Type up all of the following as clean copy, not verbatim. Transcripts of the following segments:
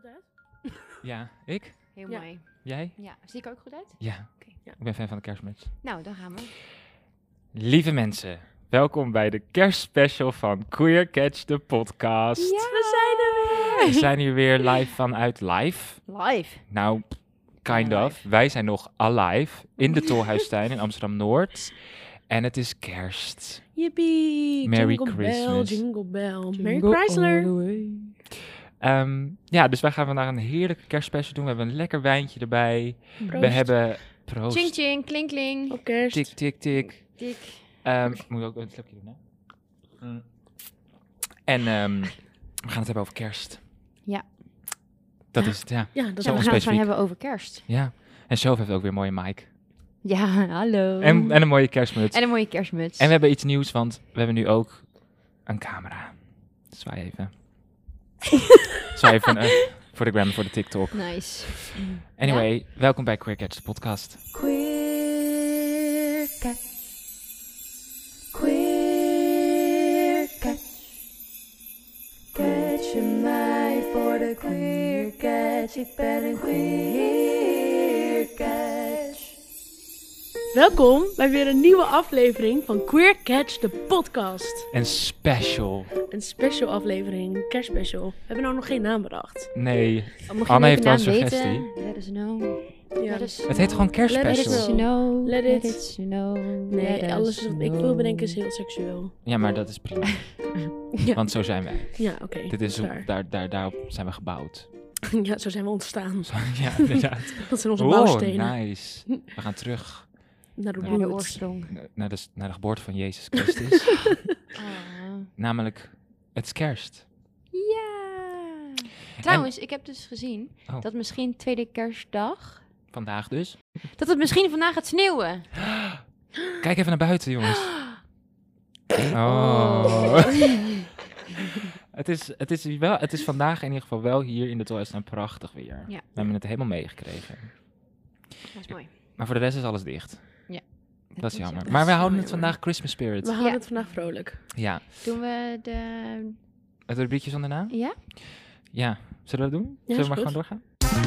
goed uit? Ja, ik? Heel Ja. mooi. Jij? Ja, zie ik er ook goed uit? Ja. Oké. Ja. Ik ben fan van de kerstmuts. Nou, dan gaan we. Lieve mensen, welkom bij de kerstspecial van Queer Catch, de podcast. We zijn er We weer! zijn hier weer live vanuit live. Live. Nou, kind Ja, of. Wij zijn nog alive in de Tolhuistuin in Amsterdam-Noord. En het is kerst. Yippie! Merry jingle Christmas. Bell, jingle bell. Merry Chrysler! Ja, dus wij gaan vandaag een heerlijke kerstspecial doen. We hebben een lekker wijntje erbij. Proost. We hebben... Proost. Ching ching, kling kling. Op kerst. Tik, tik, tik. Dik. Moet je ook een slapje doen, hè? En we gaan het hebben over kerst. Ja. Dat Ja. is het, ja. Ja, dat is Ja, wel we gaan het specifiek. gewoon hebben over kerst. Ja. En Sof heeft ook weer een mooie mic. Ja, hallo. En een mooie kerstmuts. En een mooie kerstmuts. En we hebben iets nieuws, want we hebben nu ook een camera. Zwaai even. Zwaai even voor de gram en voor de TikTok. Nice. Anyway, welkom bij Queer Catch, de podcast. Queer cat. Queer cat. Catch je mij voor de queer catch. Ik ben een queer catch. Welkom bij weer een nieuwe aflevering van Queer Catch, de podcast. En special. Een special aflevering, kerstspecial. We hebben nou nog geen naam bedacht. Nee, Mocht je Anne een heeft wel een naam suggestie. weten, let us know. Ja. Let us Het heet gewoon Let it kerstspecial. snow. Let Let it- it snow. Nee, let alles us wat ik wil bedenken is heel seksueel. Ja, maar dat is prima. Ja, Want zo zijn wij. ja oké. Dit is waar. daarop zijn we gebouwd. Ja, zo zijn we ontstaan. Ja, inderdaad. Dat zijn onze Oh, bouwstenen. nice. We gaan terug Naar de Naar de roots. oorsprong. naar de geboorte van Jezus Christus. Ah. Namelijk, het is kerst. Ja. Trouwens, ik heb dus gezien Oh. dat misschien tweede kerstdag, Vandaag dus. dat het misschien vandaag gaat sneeuwen. Kijk even naar buiten, jongens. Oh. Het is vandaag in ieder geval wel hier in de Tolhuistuin prachtig weer. Ja. We hebben het helemaal meegekregen. Dat is mooi. Maar voor de rest is alles dicht. Dat is jammer. jammer. Maar we is houden wel het jammer. vandaag Christmas spirit. We houden Ja. het vandaag vrolijk. Ja. Doen we de... Het rubriekje zonder naam? Ja? Ja. Zullen we dat doen? Ja, Zullen we is maar goed. gewoon doorgaan?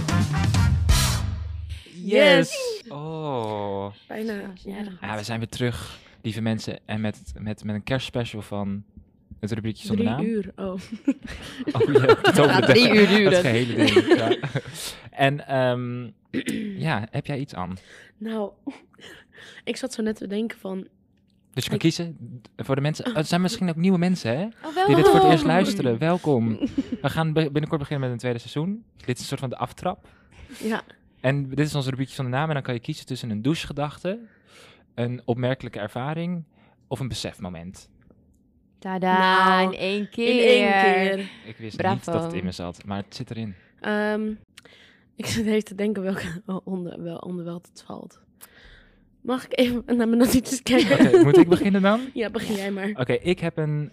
Yes! Oh. Bijna. Ja, Ja, dat Ja, we zijn weer terug, lieve mensen. En met een kerstspecial van het rubriekje zonder 3 naam. uur. Oh. Oh ja, het over Gaat de 3 uur duren. Het gehele ding. Ja. En ja, heb jij iets aan? Nou, ik zat zo net te denken van... Dus je kan kiezen voor de mensen. Het zijn misschien ook nieuwe mensen, hè? Oh, wel. Die dit voor het eerst luisteren. Welkom. We gaan binnenkort beginnen met een tweede seizoen. Dit is een soort van de aftrap. Ja, En dit is ons rubriekje van de naam. En dan kan je kiezen tussen een douchegedachte, een opmerkelijke ervaring of een besefmoment. Tada, Nou, in één keer. in één keer. Ik wist Bravo. niet dat het in me zat, maar het zit erin. Ik zit even te denken welke onder welke het valt. Mag ik even naar mijn notities kijken? Oké, moet ik beginnen dan? Ja, begin jij maar. Oké, ik heb een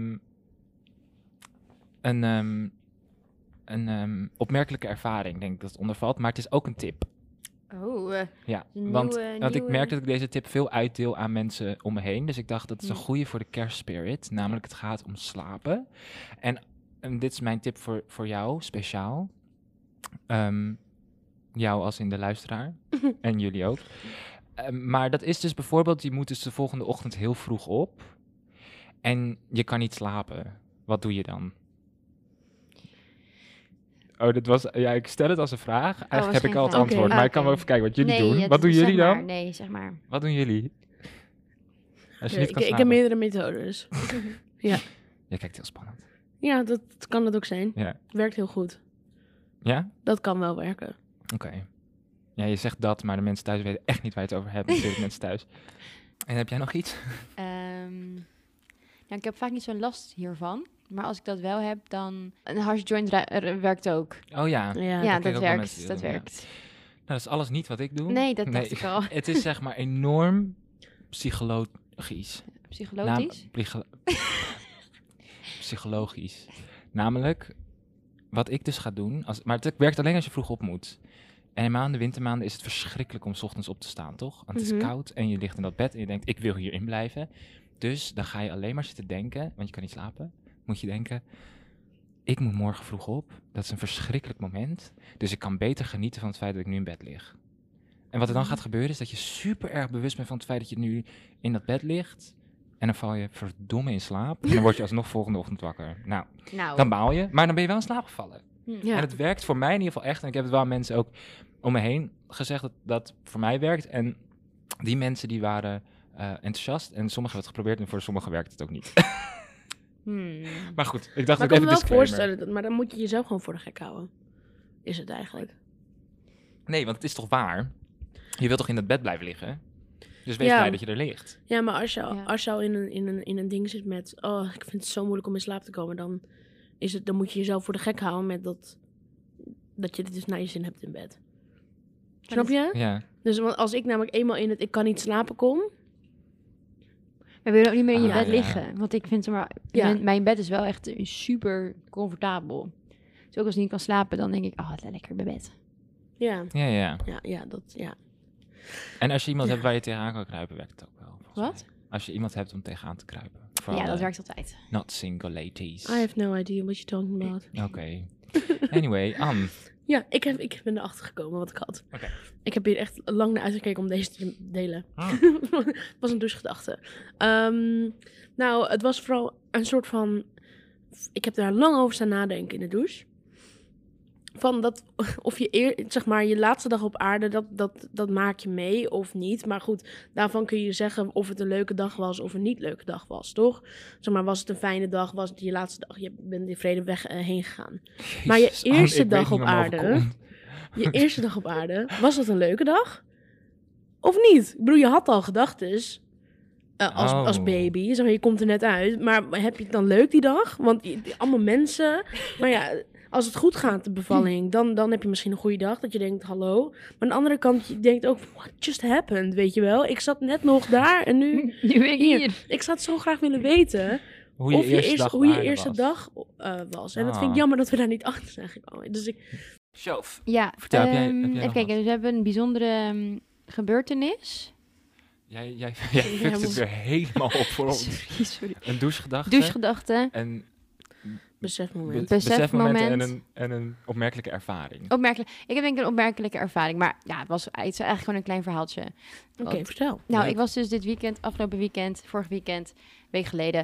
opmerkelijke ervaring, denk ik dat het ondervalt. Maar het is ook een tip. Oh, Ja, Een want ik nieuwe- merk dat ik deze tip veel uitdeel aan mensen om me heen. Dus ik dacht, dat is een Ja. goede voor de kerstspirit. Namelijk, het gaat om slapen. En dit is mijn tip voor jou, speciaal. Jou als in de luisteraar. En jullie ook. Maar dat is dus bijvoorbeeld, je moet dus de volgende ochtend heel vroeg op. En je kan niet slapen. Wat doe je dan? Oh, ja, ik stel het als een vraag. Eigenlijk was heb ik geen al het vraag. antwoord. Oké. Maar ik kan wel Oké. even kijken wat jullie nee, doen. het- Wat doen zeg jullie maar. dan? Nee, zeg maar. Wat doen jullie? Als je Ja, niet kan ik heb slapen. meerdere methodes. Je kijkt heel spannend. Ja, dat kan het ook zijn. Ja. Het werkt heel goed. Ja? Dat kan wel werken. Oké. Ja, je zegt dat, maar de mensen thuis weten echt niet waar je het over hebt. Natuurlijk, mensen thuis. En heb jij nog iets? Ja, ik heb vaak niet zo'n last hiervan. Maar als ik dat wel heb, dan... Een hash joint werkt ook. Oh ja. Ja, Ja, ken ik dat ook wel mensen werkt. die Dat doen, ja. werkt. Nou, dat is alles niet wat ik doe. Nee, dat dacht ik al. Het is zeg maar enorm psychologisch. Psychologisch? Psychologisch. Namelijk, wat ik dus ga doen... maar het werkt alleen als je vroeg op moet. En in de wintermaanden is het verschrikkelijk om 's ochtends op te staan, toch? Want het is Mhm. koud en je ligt in dat bed en je denkt, ik wil hierin blijven. Dus dan ga je alleen maar zitten denken, want je kan niet slapen. Moet je denken, ik moet morgen vroeg op. Dat is een verschrikkelijk moment. Dus ik kan beter genieten van het feit dat ik nu in bed lig. En wat er dan gaat gebeuren is dat je super erg bewust bent van het feit dat je nu in dat bed ligt. En dan val je verdomme in slaap. En dan word je alsnog volgende ochtend wakker. Nou, dan baal je. Maar dan ben je wel in slaap gevallen. Ja. En het werkt voor mij in ieder geval echt. En ik heb het wel aan mensen ook om me heen gezegd dat dat voor mij werkt. En die mensen die waren enthousiast. En sommigen hebben het geprobeerd en voor sommigen werkt het ook niet. Maar goed, ik dacht Maar ook ik kan even me wel disclaimer. voorstellen, maar dan moet je jezelf gewoon voor de gek houden. Is het eigenlijk. Nee, want het is toch waar? Je wilt toch in dat bed blijven liggen? Dus wees Ja. blij dat je er ligt. Ja, maar als je, Ja. als je al in een ding zit met... Oh, ik vind het zo moeilijk om in slaap te komen. Dan moet je jezelf voor de gek houden met dat je dit dus naar je zin hebt in bed. Snap je? Ja. Dus want als ik namelijk eenmaal in het ik kan niet slapen kom... We willen ook niet meer in je Ah, bed ja. liggen. Want ik vind, zeg maar, Ja. mijn bed is wel echt super comfortabel. Dus ook als ik niet kan slapen, dan denk ik, lekker in mijn bed. Ja, Ja. ja. En als je iemand hebt waar je tegenaan kan kruipen, werkt het ook wel. volgens Wat? mij. Als je iemand hebt om tegenaan te kruipen. Voor Ja, alle dat werkt altijd. not single ladies. I have no idea what you're talking about. Oké. Anyway, Anne. Ja, ik ben erachter gekomen wat ik had. Oké. Ik heb hier echt lang naar uitgekeken om deze te delen. Het was een douchegedachte. Nou, het was vooral een soort van... Ik heb daar lang over staan nadenken in de douche. Van dat, of je zeg maar, je laatste dag op aarde, dat maak je mee of niet. Maar goed, daarvan kun je zeggen of het een leuke dag was of een niet leuke dag was, toch? Zeg maar, was het een fijne dag, was het je laatste dag, je bent in vrede weg heen gegaan. Maar je Jezus, Anne, eerste ik weet dag niet op wat me aarde, overkomt. je eerste dag op aarde, was dat een leuke dag? Of niet? Ik bedoel, je had al gedachtes als Oh. baby. Zeg maar, je komt er net uit. Maar heb je het dan leuk die dag? Want allemaal mensen. Maar ja, als het goed gaat, de bevalling, dan heb je misschien een goede dag. Dat je denkt, hallo. Maar aan de andere kant, je denkt ook, what just happened? Weet je wel? Ik zat net nog daar en nu... Nu ben ik hier. Ik zou het zo graag willen weten Hoe je eerste dag op hoe je aarde eerste was. dag was. En dat vind ik Ah. jammer dat we daar niet achter zijn gekomen. Dus Sjoof. Ja, Vertel, heb jij nog even kijken. wat? Dus we hebben een bijzondere gebeurtenis. Jij fukt het weer helemaal op voor ons. Sorry. Een douchegedachte. Douchegedachte. En besefmoment. Besefmoment. en een opmerkelijke ervaring. Opmerkelijk. Ik heb denk ik een opmerkelijke ervaring. Maar ja, het is eigenlijk gewoon een klein verhaaltje. Oké, Want- vertel. Nou, Leuk. ik was dus afgelopen weekend, vorig weekend, een week geleden,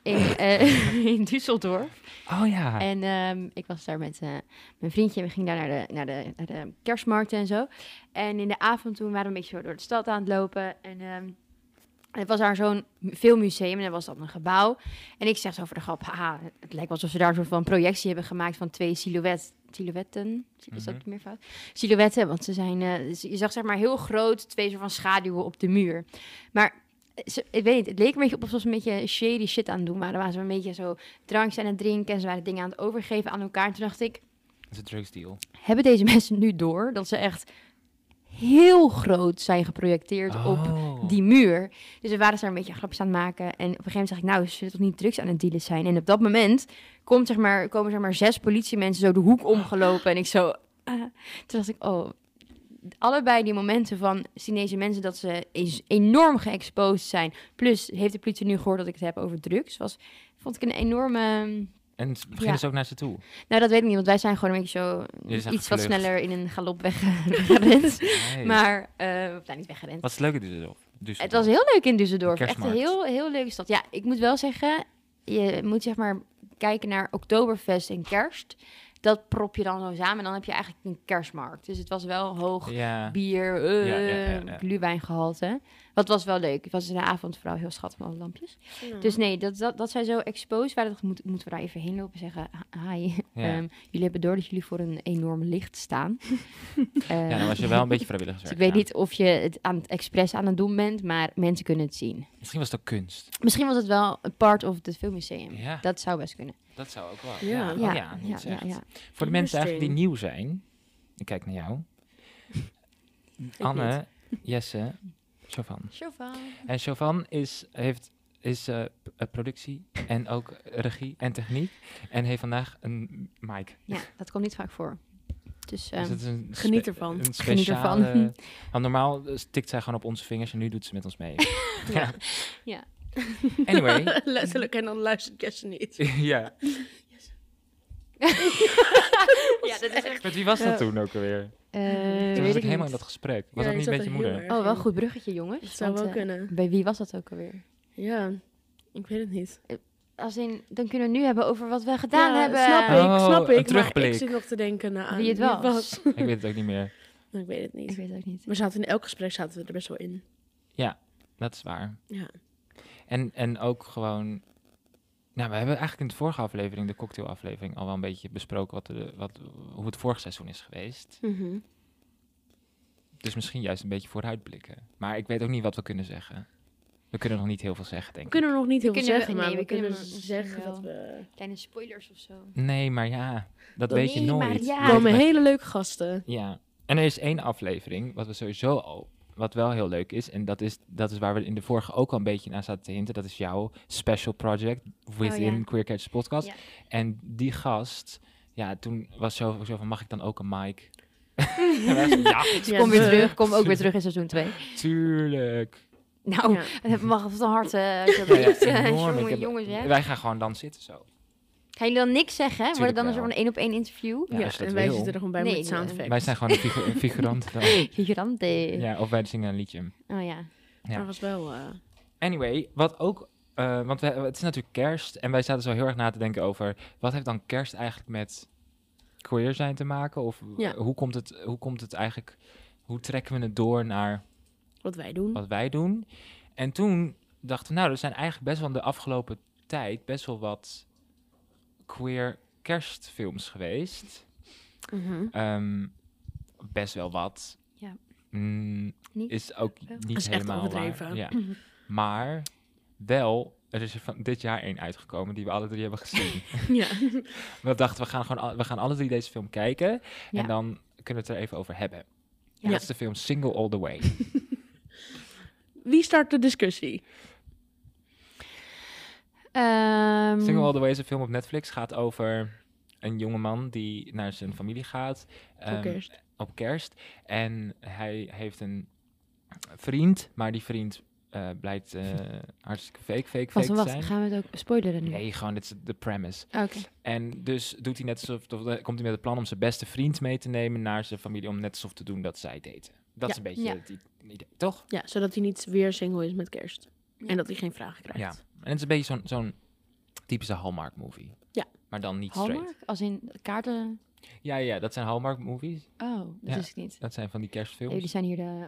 in Düsseldorf. Oh ja. En ik was daar met mijn vriendje. We gingen daar naar de kerstmarkten en zo. En in de avond toen waren we een beetje zo door de stad aan het lopen. En het was daar zo'n filmmuseum en er was dan een gebouw. En ik zeg zo voor de grap, haha, het lijkt wel alsof ze daar een soort van projectie hebben gemaakt van 2 silhouetten. Is dat Mhm. meer fout? Silhouetten, want ze zijn, je zag zeg maar heel groot 2 soort van schaduwen op de muur. Maar ik weet niet, het leek een beetje op alsof ze een beetje shady shit aan het doen waren. Waren ze een beetje zo drankjes aan het drinken en ze waren dingen aan het overgeven aan elkaar. En toen dacht ik, Dat is een drugsdeal. hebben deze mensen nu door dat ze echt heel groot zijn geprojecteerd op Oh. die muur? Dus we waren daar een beetje grapjes aan het maken. En op een gegeven moment zeg ik, nou, ze zullen toch niet drugs aan het dealen zijn? En op dat moment komen zeg maar 6 politiemensen zo de hoek omgelopen. En ik zo, toen dacht ik, oh, allebei die momenten van Chinese mensen dat ze enorm geëxposed zijn. Plus heeft de politie nu gehoord dat ik het heb over drugs. Vond ik een enorme... En beginnen ze ook naar ze toe? Nou, dat weet ik niet, want wij zijn gewoon een beetje zo Jullie zijn iets wat gevlucht. sneller in een galop weggerend. Nee. Maar, of nou, niet weggerend. Wat is het leuke Düsseldorf? Het was heel leuk in Düsseldorf. Een Echt een kerstmarkt. heel leuke stad. Ja, ik moet wel zeggen, je moet zeg maar kijken naar Oktoberfest en kerst. Dat prop je dan zo samen en dan heb je eigenlijk een kerstmarkt. Dus het was wel hoog Ja. bier, Ja. glühwijngehalte. Wat was wel leuk. Het was in de avond vooral heel schattig met alle lampjes. Ja. Dus nee, dat zij zo exposed waren, dat moeten we daar even heen lopen en zeggen, hi, Ja. jullie hebben door dat jullie voor een enorm licht staan. Ja, dan was je wel een beetje vrijwilligerswerk. Dus ik weet gedaan. niet of je het expres aan het doen bent, maar mensen kunnen het zien. Misschien was het ook kunst. Misschien was het wel een part of het filmmuseum. Ja. Dat zou best kunnen. Dat zou ook wel. Ja. Oh ja, niet echt. ja. Voor de mensen eigenlijk die Interesting. nieuw zijn. Ik kijk naar jou. Anne, Jesse, Chauvin. Chauvin. En Chauvin is productie en ook regie en techniek. En heeft vandaag een mic. Ja, dat komt niet vaak voor. Dus Dus het is een Geniet ervan. Een Geniet ervan. speciale... Want normaal tikt zij gewoon op onze vingers en nu doet ze met ons mee. Ja. Ja. Anyway. Letterlijk, en dan luistert Jesse niet. Ja. Ja, dat is echt... Met wie was dat toen ook alweer? Toen weet was ik ik helemaal niet. in dat gesprek. Was Ja, dat ik niet zat met je er heel moeder? erg Oh, wel in. een goed bruggetje, jongens. Dat zou Want, wel kunnen. Bij wie was dat ook alweer? Ja, ik weet het niet. Als in, dan kunnen we het nu hebben over wat we gedaan Ja, hebben. Snap Oh, snap een ik. Maar terugblik. ik zit nog te denken aan Wie het was. het Ik weet het ook niet meer. Ik weet het niet. Ik weet het ook niet. We zaten in elk gesprek zaten we er best wel in. Dat is waar. Ja. En ook gewoon... Nou, we hebben eigenlijk in de vorige aflevering, de cocktailaflevering, al wel een beetje besproken hoe het vorig seizoen is geweest. Mhm. Dus misschien juist een beetje vooruitblikken. Maar ik weet ook niet wat we kunnen zeggen. We kunnen nog niet heel veel zeggen, denk We kunnen nog niet heel veel Kunnen we- zeggen, nee, maar we we kunnen kunnen misschien zeggen wel. dat we... Kleine spoilers of zo. ik. Nee, maar ja, dat weet je Nee, maar nooit. ja. Er komen hele leuke gasten. Ja, en er is één aflevering, wat we sowieso al, wat wel heel leuk is, en dat is waar we in de vorige ook al een beetje naar zaten te hinten, dat is jouw special project within ja. Queer Catchers podcast. Ja. En die gast, ja, toen was zo van, mag ik dan ook een mic? En wij zo, ja, Dus kom weer we- terug. Kom ook weer terug in seizoen 2. tuurlijk. Nou, Ja. het mag het een hart. Ja, Alsjeblieft. enorm. Ik heb- Jongens, hè. Wij gaan gewoon dan zitten zo. Gaan jullie dan niks zeggen? Wordt het dan een wel. soort van 1-op-1 interview? Ja, Ja, als je dat en wij wil. zitten er gewoon bij Nee, met sound effects. Wij zijn gewoon een figurant dan. Figurante. Ja, of wij zingen een liedje. Oh ja. Ja. Maar het was wel... Anyway, wat ook... want het is natuurlijk kerst en wij zaten zo heel erg na te denken over... Wat heeft dan kerst eigenlijk met queer zijn te maken? Of Ja. hoe komt het eigenlijk... Hoe trekken we het door naar wat wij doen. wat wij doen? En toen dachten we, nou, er zijn eigenlijk best wel de afgelopen tijd... best wel wat queer kerstfilms geweest. Mhm. Best wel wat. Ja. Is Niet? ook Wel. niet is echt helemaal overdreven. waar. Ja. Maar wel, er is er van dit jaar één uitgekomen die we alle drie hebben gezien. Ja. We dachten, we gaan alle drie deze film kijken Ja. en dan kunnen we het er even over hebben. Ja. Dat is de film Single All The Way. Wie start de discussie? Single All The Way is een film op Netflix. Gaat over een jongeman die naar zijn familie gaat. Voor kerst. Op kerst. En hij heeft een vriend, maar die vriend blijkt hartstikke fake Wacht, te zijn. gaan we het ook spoileren nu? Nee, gewoon, dit is de premise. Oké. En dus doet hij net alsof, komt hij met het plan om zijn beste vriend mee te nemen naar zijn familie, om net alsof te doen dat zij daten. Dat is Ja. een beetje Ja. het idee, toch? Ja, zodat hij niet weer single is met kerst. Ja. En dat hij geen vragen krijgt. Ja. En het is een beetje zo'n typische Hallmark movie. Ja. Maar dan niet Hallmark? straight. Als in kaarten? Ja, dat zijn Hallmark movies. Oh, dat Ja. wist ik niet. Dat zijn van die kerstfilms. Jullie zijn hier de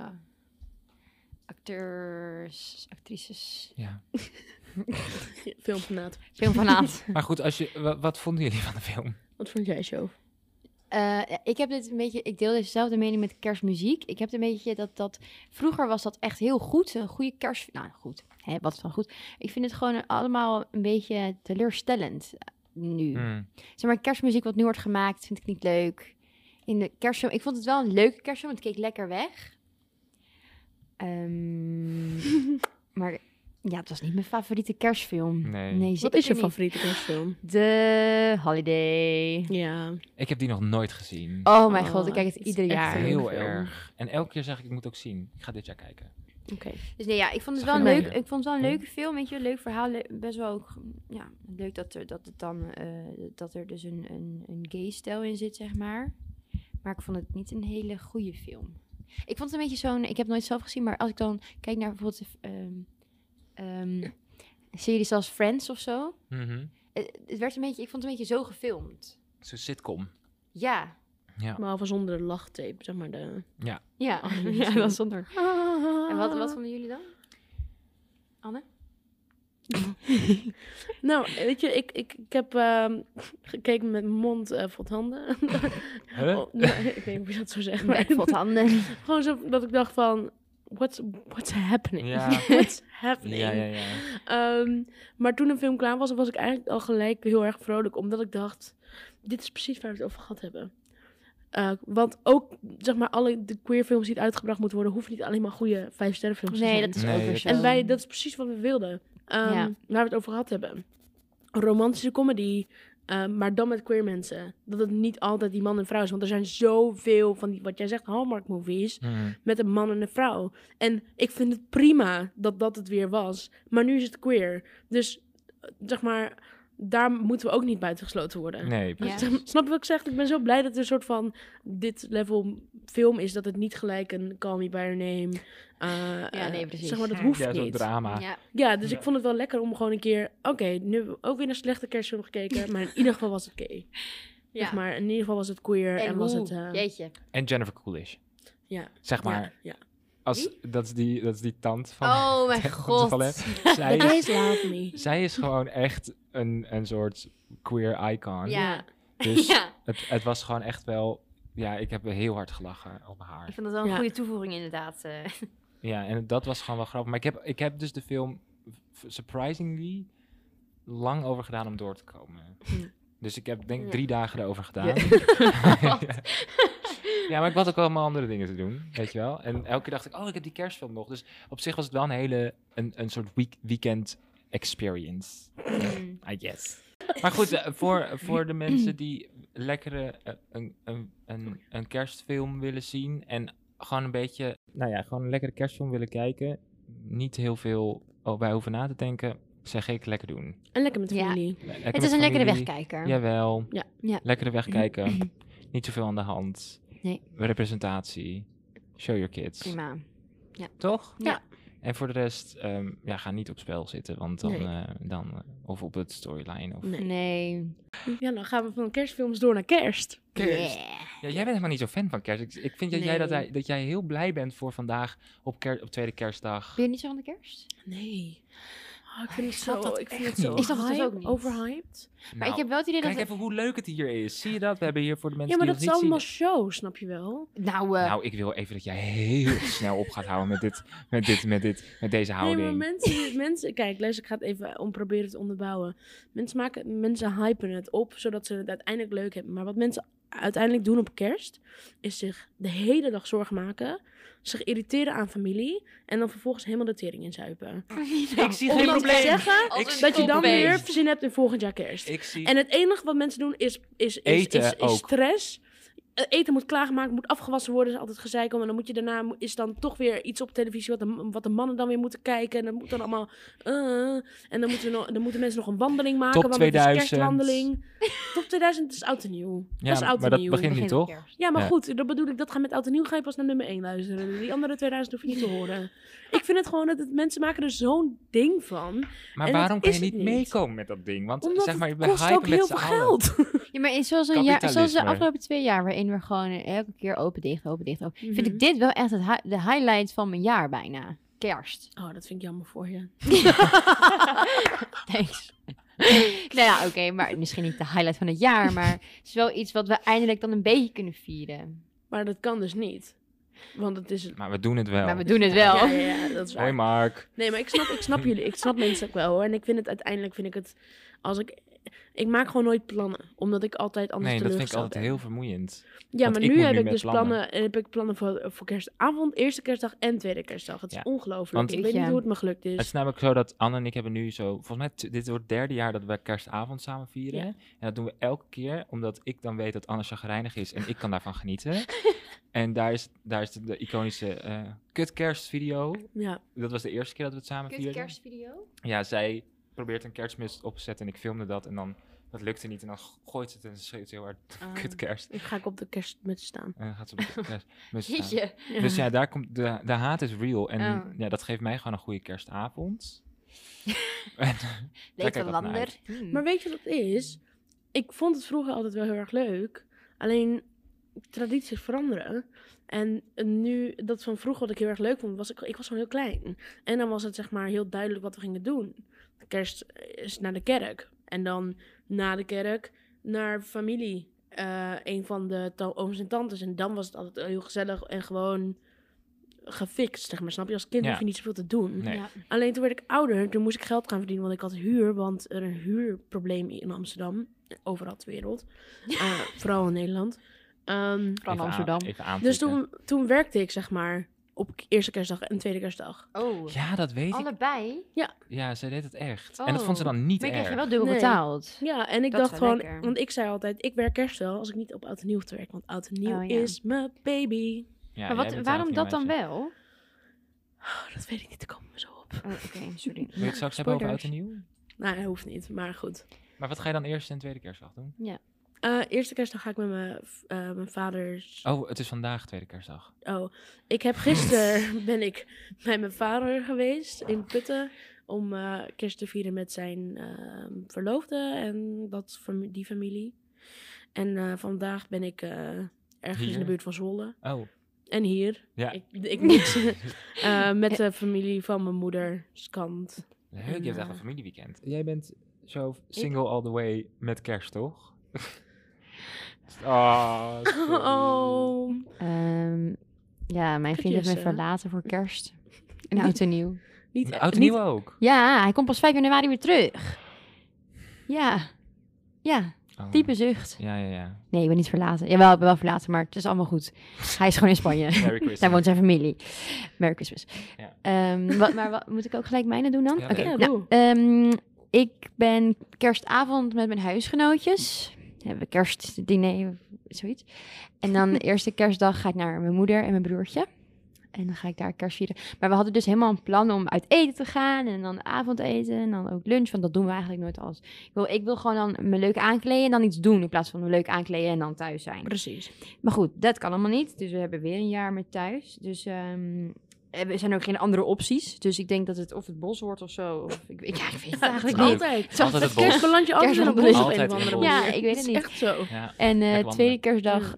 acteurs, actrices, Ja. Filmfanaat. filmfanaat. Maar goed, wat vonden jullie van de film? Wat vond jij zo? Ik heb dit een beetje, ik deel dezelfde mening met kerstmuziek. Ik heb het een beetje dat vroeger was dat echt heel goed, een goede kerst. Nou goed, hè, wat is dan goed? Ik vind het gewoon allemaal een beetje teleurstellend nu. Hmm. Zeg maar, kerstmuziek wat nu wordt gemaakt, vind ik niet leuk. In de kerstfilm, ik vond het wel een leuke kerstfilm, want het keek lekker weg. Maar ja, het was niet mijn favoriete kerstfilm. Nee. Wat zeker is je niet. favoriete kerstfilm? De Holiday. Ja. Ik heb die nog nooit gezien. Oh mijn Oh, god, ik kijk het het is ieder echt jaar. een Heel film. erg. En elke keer zeg ik moet ook zien. Ik ga dit jaar kijken. Oké. Dus nee, ja, ik vond het Zag wel je leuk. mij? Ik vond het wel een leuke film, weet je, een leuk verhaal. Best wel ook, ja, leuk dat er dus een gay stijl in zit, zeg maar. Maar ik vond het niet een hele goede film. Ik vond het een beetje zo'n, ik heb het nooit zelf gezien, maar als ik dan kijk naar bijvoorbeeld series als Friends of zo. Mhm. Het werd een beetje, ik vond het een beetje zo gefilmd. Zo'n sitcom. Ja. Ja. Behalve zonder de lachtape, zeg maar de... Ja, Oh, ja, dat zonder. En Ah. wat vonden jullie dan? Anne? Nou, weet je, ik heb gekeken met mijn mond vol tanden. Huh? Oh, nee, ik weet niet hoe je dat zou zeggen. Nee, Maar vol handen. gewoon zo dat ik dacht van... What's happening? Ja. What's happening? Ja. Maar toen de film klaar was, was ik eigenlijk al gelijk heel erg vrolijk. Omdat ik dacht, dit is precies waar we het over gehad hebben. Want ook, zeg maar, alle de queer films die uitgebracht moeten worden... hoeven niet alleen maar goede 5-sterren films te Nee, zijn. dat is Nee, ook weer dat- zo. En dat is precies wat we wilden. Waar we het over gehad hebben. Een romantische comedy, maar dan met queer mensen. Dat het niet altijd die man en vrouw is. Want er zijn zoveel van die, wat jij zegt, Hallmark movies... Mhm. met een man en een vrouw. En ik vind het prima dat het weer was. Maar nu is het queer. Dus, zeg maar, daar moeten we ook niet buitengesloten worden. Nee, Ja. precies. Snap je wat ik zeg? Ik ben zo blij dat er een soort van dit level film is, dat het niet gelijk een Call Me By Your Name. nee, precies. Zeg maar, dat hoeft Ja, zo'n niet. drama. Ja. Ja, dus ik vond het wel lekker om gewoon een keer... Oké, nu hebben we ook weer een slechte kerstfilm gekeken, maar in ieder geval was het gay. Zeg maar, in ieder geval was het queer en was het... Jeetje. En Jennifer Coolidge. Ja. Zeg maar, Ja. dat is die tand van... Oh mijn van god. Toilette. The gays love me. Zij is gewoon echt een soort queer icon. Ja. Dus Ja. het was gewoon echt wel... Ja, ik heb heel hard gelachen op haar. Ik vind dat wel een Ja. goede toevoeging inderdaad. Ja, en dat was gewoon wel grappig. Maar ik heb dus de film surprisingly lang over gedaan om door te komen. Dus ik heb denk ik 3 dagen erover gedaan. Ja, maar ik had ook allemaal andere dingen te doen, weet je wel. En elke keer dacht ik, ik heb die kerstfilm nog. Dus op zich was het wel een soort weekend experience, I guess. Maar goed, voor de mensen die lekkere een kerstfilm willen zien en gewoon een beetje, gewoon een lekkere kerstfilm willen kijken, niet heel veel bij hoeven na te denken, zeg ik lekker doen. En lekker met Ja. familie. Lekker Het met is een lekkere familie. wegkijker. Jawel. Ja. Ja. Lekkere wegkijken. Niet zoveel aan de hand. Nee. Representatie. Show your kids. Prima. Toch? Ja. En voor de rest, ga niet op spel zitten, want dan of op het storyline. Of... Nee. Nee. Ja, dan gaan we van kerstfilms door naar kerst. Kerst. Yeah. Ja, jij bent helemaal niet zo fan van kerst. Ik vind dat jij heel blij bent voor vandaag op tweede kerstdag. Ben je niet zo aan de kerst? Nee. Ik vind het snap zo, dat ik vind echt het zo niet. Ik snap het dus ook niet. overhyped. Maar ik heb wel het idee dat... Kijk even hoe leuk het hier is. Zie je dat? We hebben hier voor de mensen Ja, maar die dat ons is niet allemaal zien. show, snap je wel? Nou, ik wil even dat jij heel snel op gaat houden met deze houding. Nee, maar mensen, kijk, luister, ik ga het even proberen te onderbouwen. Mensen hypen het op, zodat ze het uiteindelijk leuk hebben. Maar wat mensen uiteindelijk doen op kerst, is zich de hele dag zorgen maken, zich irriteren aan familie en dan vervolgens helemaal de tering inzuipen. Ik zie Om geen dan te probleem. zeggen Als een dat je dan kopfeest. weer zin hebt in volgend jaar kerst. Ik zie... En het enige wat mensen doen is Eten ook. stress. Eten moet klaargemaakt, moet afgewassen worden, is altijd gezeik om. En dan moet je daarna, is dan toch weer iets op televisie wat de mannen dan weer moeten kijken. En dan moet dan allemaal... en dan moeten mensen nog een wandeling maken. Top want het is 2000. kerstwandeling. Top 2000 is oud en nieuw. Ja, dat is oud maar en dat nieuw. begint nu toch? Ja, maar Ja. goed, dat bedoel ik. Dat gaat met oud en nieuw ga je pas naar nummer 1 luisteren. Die andere 2000 hoef je niet te horen. Ik vind het gewoon dat mensen maken er zo'n ding van. Maar En waarom dat kan je is het niet niet. meekomen met dat ding? Want Omdat zeg maar, het we kost hypen ook met heel z'n veel allen. geld. Ja, maar zoals de Kapitalisme. afgelopen 2 jaar, waarin we gewoon elke keer open, dicht, vind Mhm. ik dit wel echt de highlight van mijn jaar bijna. Kerst. Oh, dat vind ik jammer voor je. Thanks. Nou ja, oké, maar misschien niet de highlight van het jaar, maar het is wel iets wat we eindelijk dan een beetje kunnen vieren. Maar dat kan dus niet. Want het is... Maar we doen het wel. Maar we doen het wel. Ja, dat is waar. Hoi Mark. Nee, maar ik snap jullie. Ik snap mensen ook wel hoor. En ik vind het uiteindelijk, als ik maak gewoon nooit plannen. Omdat ik altijd anders Nee, dat vind ik teleurgesteld altijd ben. heel vermoeiend. Ja, want maar ik nu moet heb nu ik met dus plannen voor kerstavond, eerste kerstdag en tweede kerstdag. Het is Ja. ongelooflijk. Want- Ik weet niet Ja. hoe het me gelukt Het is. is namelijk zo dat Anne en ik hebben nu zo... Volgens mij, dit wordt het 3e jaar dat we kerstavond samen vieren. Ja. En dat doen we elke keer, omdat ik dan weet dat Anne chagrijnig is en ik kan daarvan genieten. En daar is de iconische kutkerstvideo. Ja. Dat was de eerste keer dat we het samen vierden. kerstvideo? Ja, zij probeert een kerstmis op te zetten en ik filmde dat en dan... Dat lukte niet en dan gooit ze het en ze schreeuwt heel hard kutkerst. Ik ga op de kerstmuts staan. En dan gaat ze op de kerstmis staan. Jeetje. Dus ja, daar komt de haat is real. En Oh. ja, dat geeft mij gewoon een goede kerstavond. En daar Weet kijk ik een altijd naar ander. uit. Maar weet je wat het is? Ik vond het vroeger altijd wel heel erg leuk. Alleen tradities veranderen. En nu, dat van vroeger wat ik heel erg leuk vond, ik was gewoon heel klein. En dan was het zeg maar heel duidelijk wat we gingen doen. Kerst is naar de kerk. En dan na de kerk naar familie. Een van de ooms en tantes. En dan was het altijd heel gezellig en gewoon gefixt, zeg maar. Snap je? Als kind Ja. hoef je niet zoveel te doen. Nee. Ja. Alleen toen werd ik ouder, toen moest ik geld gaan verdienen, want ik had huur, want er een huurprobleem in Amsterdam, overal ter wereld, vooral in Nederland. Van Amsterdam. Even aan. Dus toen werkte ik zeg maar op eerste kerstdag en tweede kerstdag. Oh, Ja, dat weet ik. allebei? Ja, zij deed het echt. Oh. En dat vond ze dan niet Maar je krijg je erg. wel dubbel Nee. betaald. Ja, en ik Dat is dacht wel gewoon, lekker. want ik zei altijd, ik werk kerst wel als ik niet op oud en nieuw hoef te werken, want oud en nieuw Oh, ja. is mijn baby. Ja, Maar jij bent waarom een dat dan meisje. wel? Oh, dat weet ik niet, daar komen we zo op. Oh, oké, sorry. Wil je het straks hebben over oud Spoilers. en nieuw? Nou, dat hoeft niet, maar goed. Maar wat ga je dan eerste en tweede kerstdag doen? Eerste kerstdag ga ik met mijn vaders... Oh, het is vandaag tweede kerstdag. Oh, ik heb gisteren ben ik bij mijn vader geweest in Putten om kerst te vieren met zijn verloofde en die familie. En vandaag ben ik ergens in Hier? de buurt van Zwolle. Oh, En hier. ja. Ik mix met de familie van mijn moeders kant. Leuk, je hebt echt En, een familieweekend. Jij bent zo single all the way met kerst, toch? Oh, sorry. Oh. Ja, mijn vriend heeft me Jesse. verlaten voor kerst. En oud en nieuw. Niet, Oud en niet- nieuw ook. Ja, hij komt pas 5 januari weer terug. Ja. Ja, Oh. diepe zucht. Ja. Nee, ik ben niet verlaten. Jawel, ik ben wel verlaten, maar het is allemaal goed. Hij is gewoon in Spanje. Merry Christmas. Daar woont zijn familie. Merry Christmas. Ja. Wat moet ik ook gelijk mijne doen dan? Ja, Oké. leuk. Ja, Nou, doe. ik ben kerstavond met mijn huisgenootjes. We hebben kerstdiner of zoiets. En dan de eerste kerstdag ga ik naar mijn moeder en mijn broertje. En dan ga ik daar kerst vieren. Maar we hadden dus helemaal een plan om uit eten te gaan. En dan avondeten en dan ook lunch. Want dat doen we eigenlijk nooit alles. Ik wil gewoon dan me leuk aankleden en dan iets doen. In plaats van me leuk aankleden en dan thuis zijn. Precies. Maar goed, dat kan allemaal niet. Dus we hebben weer een jaar met thuis. Dus er zijn ook geen andere opties. Dus ik denk dat het of het bos wordt of zo. Of, ik weet het eigenlijk leuk. niet. Altijd. Altijd het bos. Kerst beland je altijd in een Kerst bos op altijd een of in andere het bos. manier. Ja, ik weet het is niet. echt zo. Ja. En Lekker tweede wandelen. kerstdag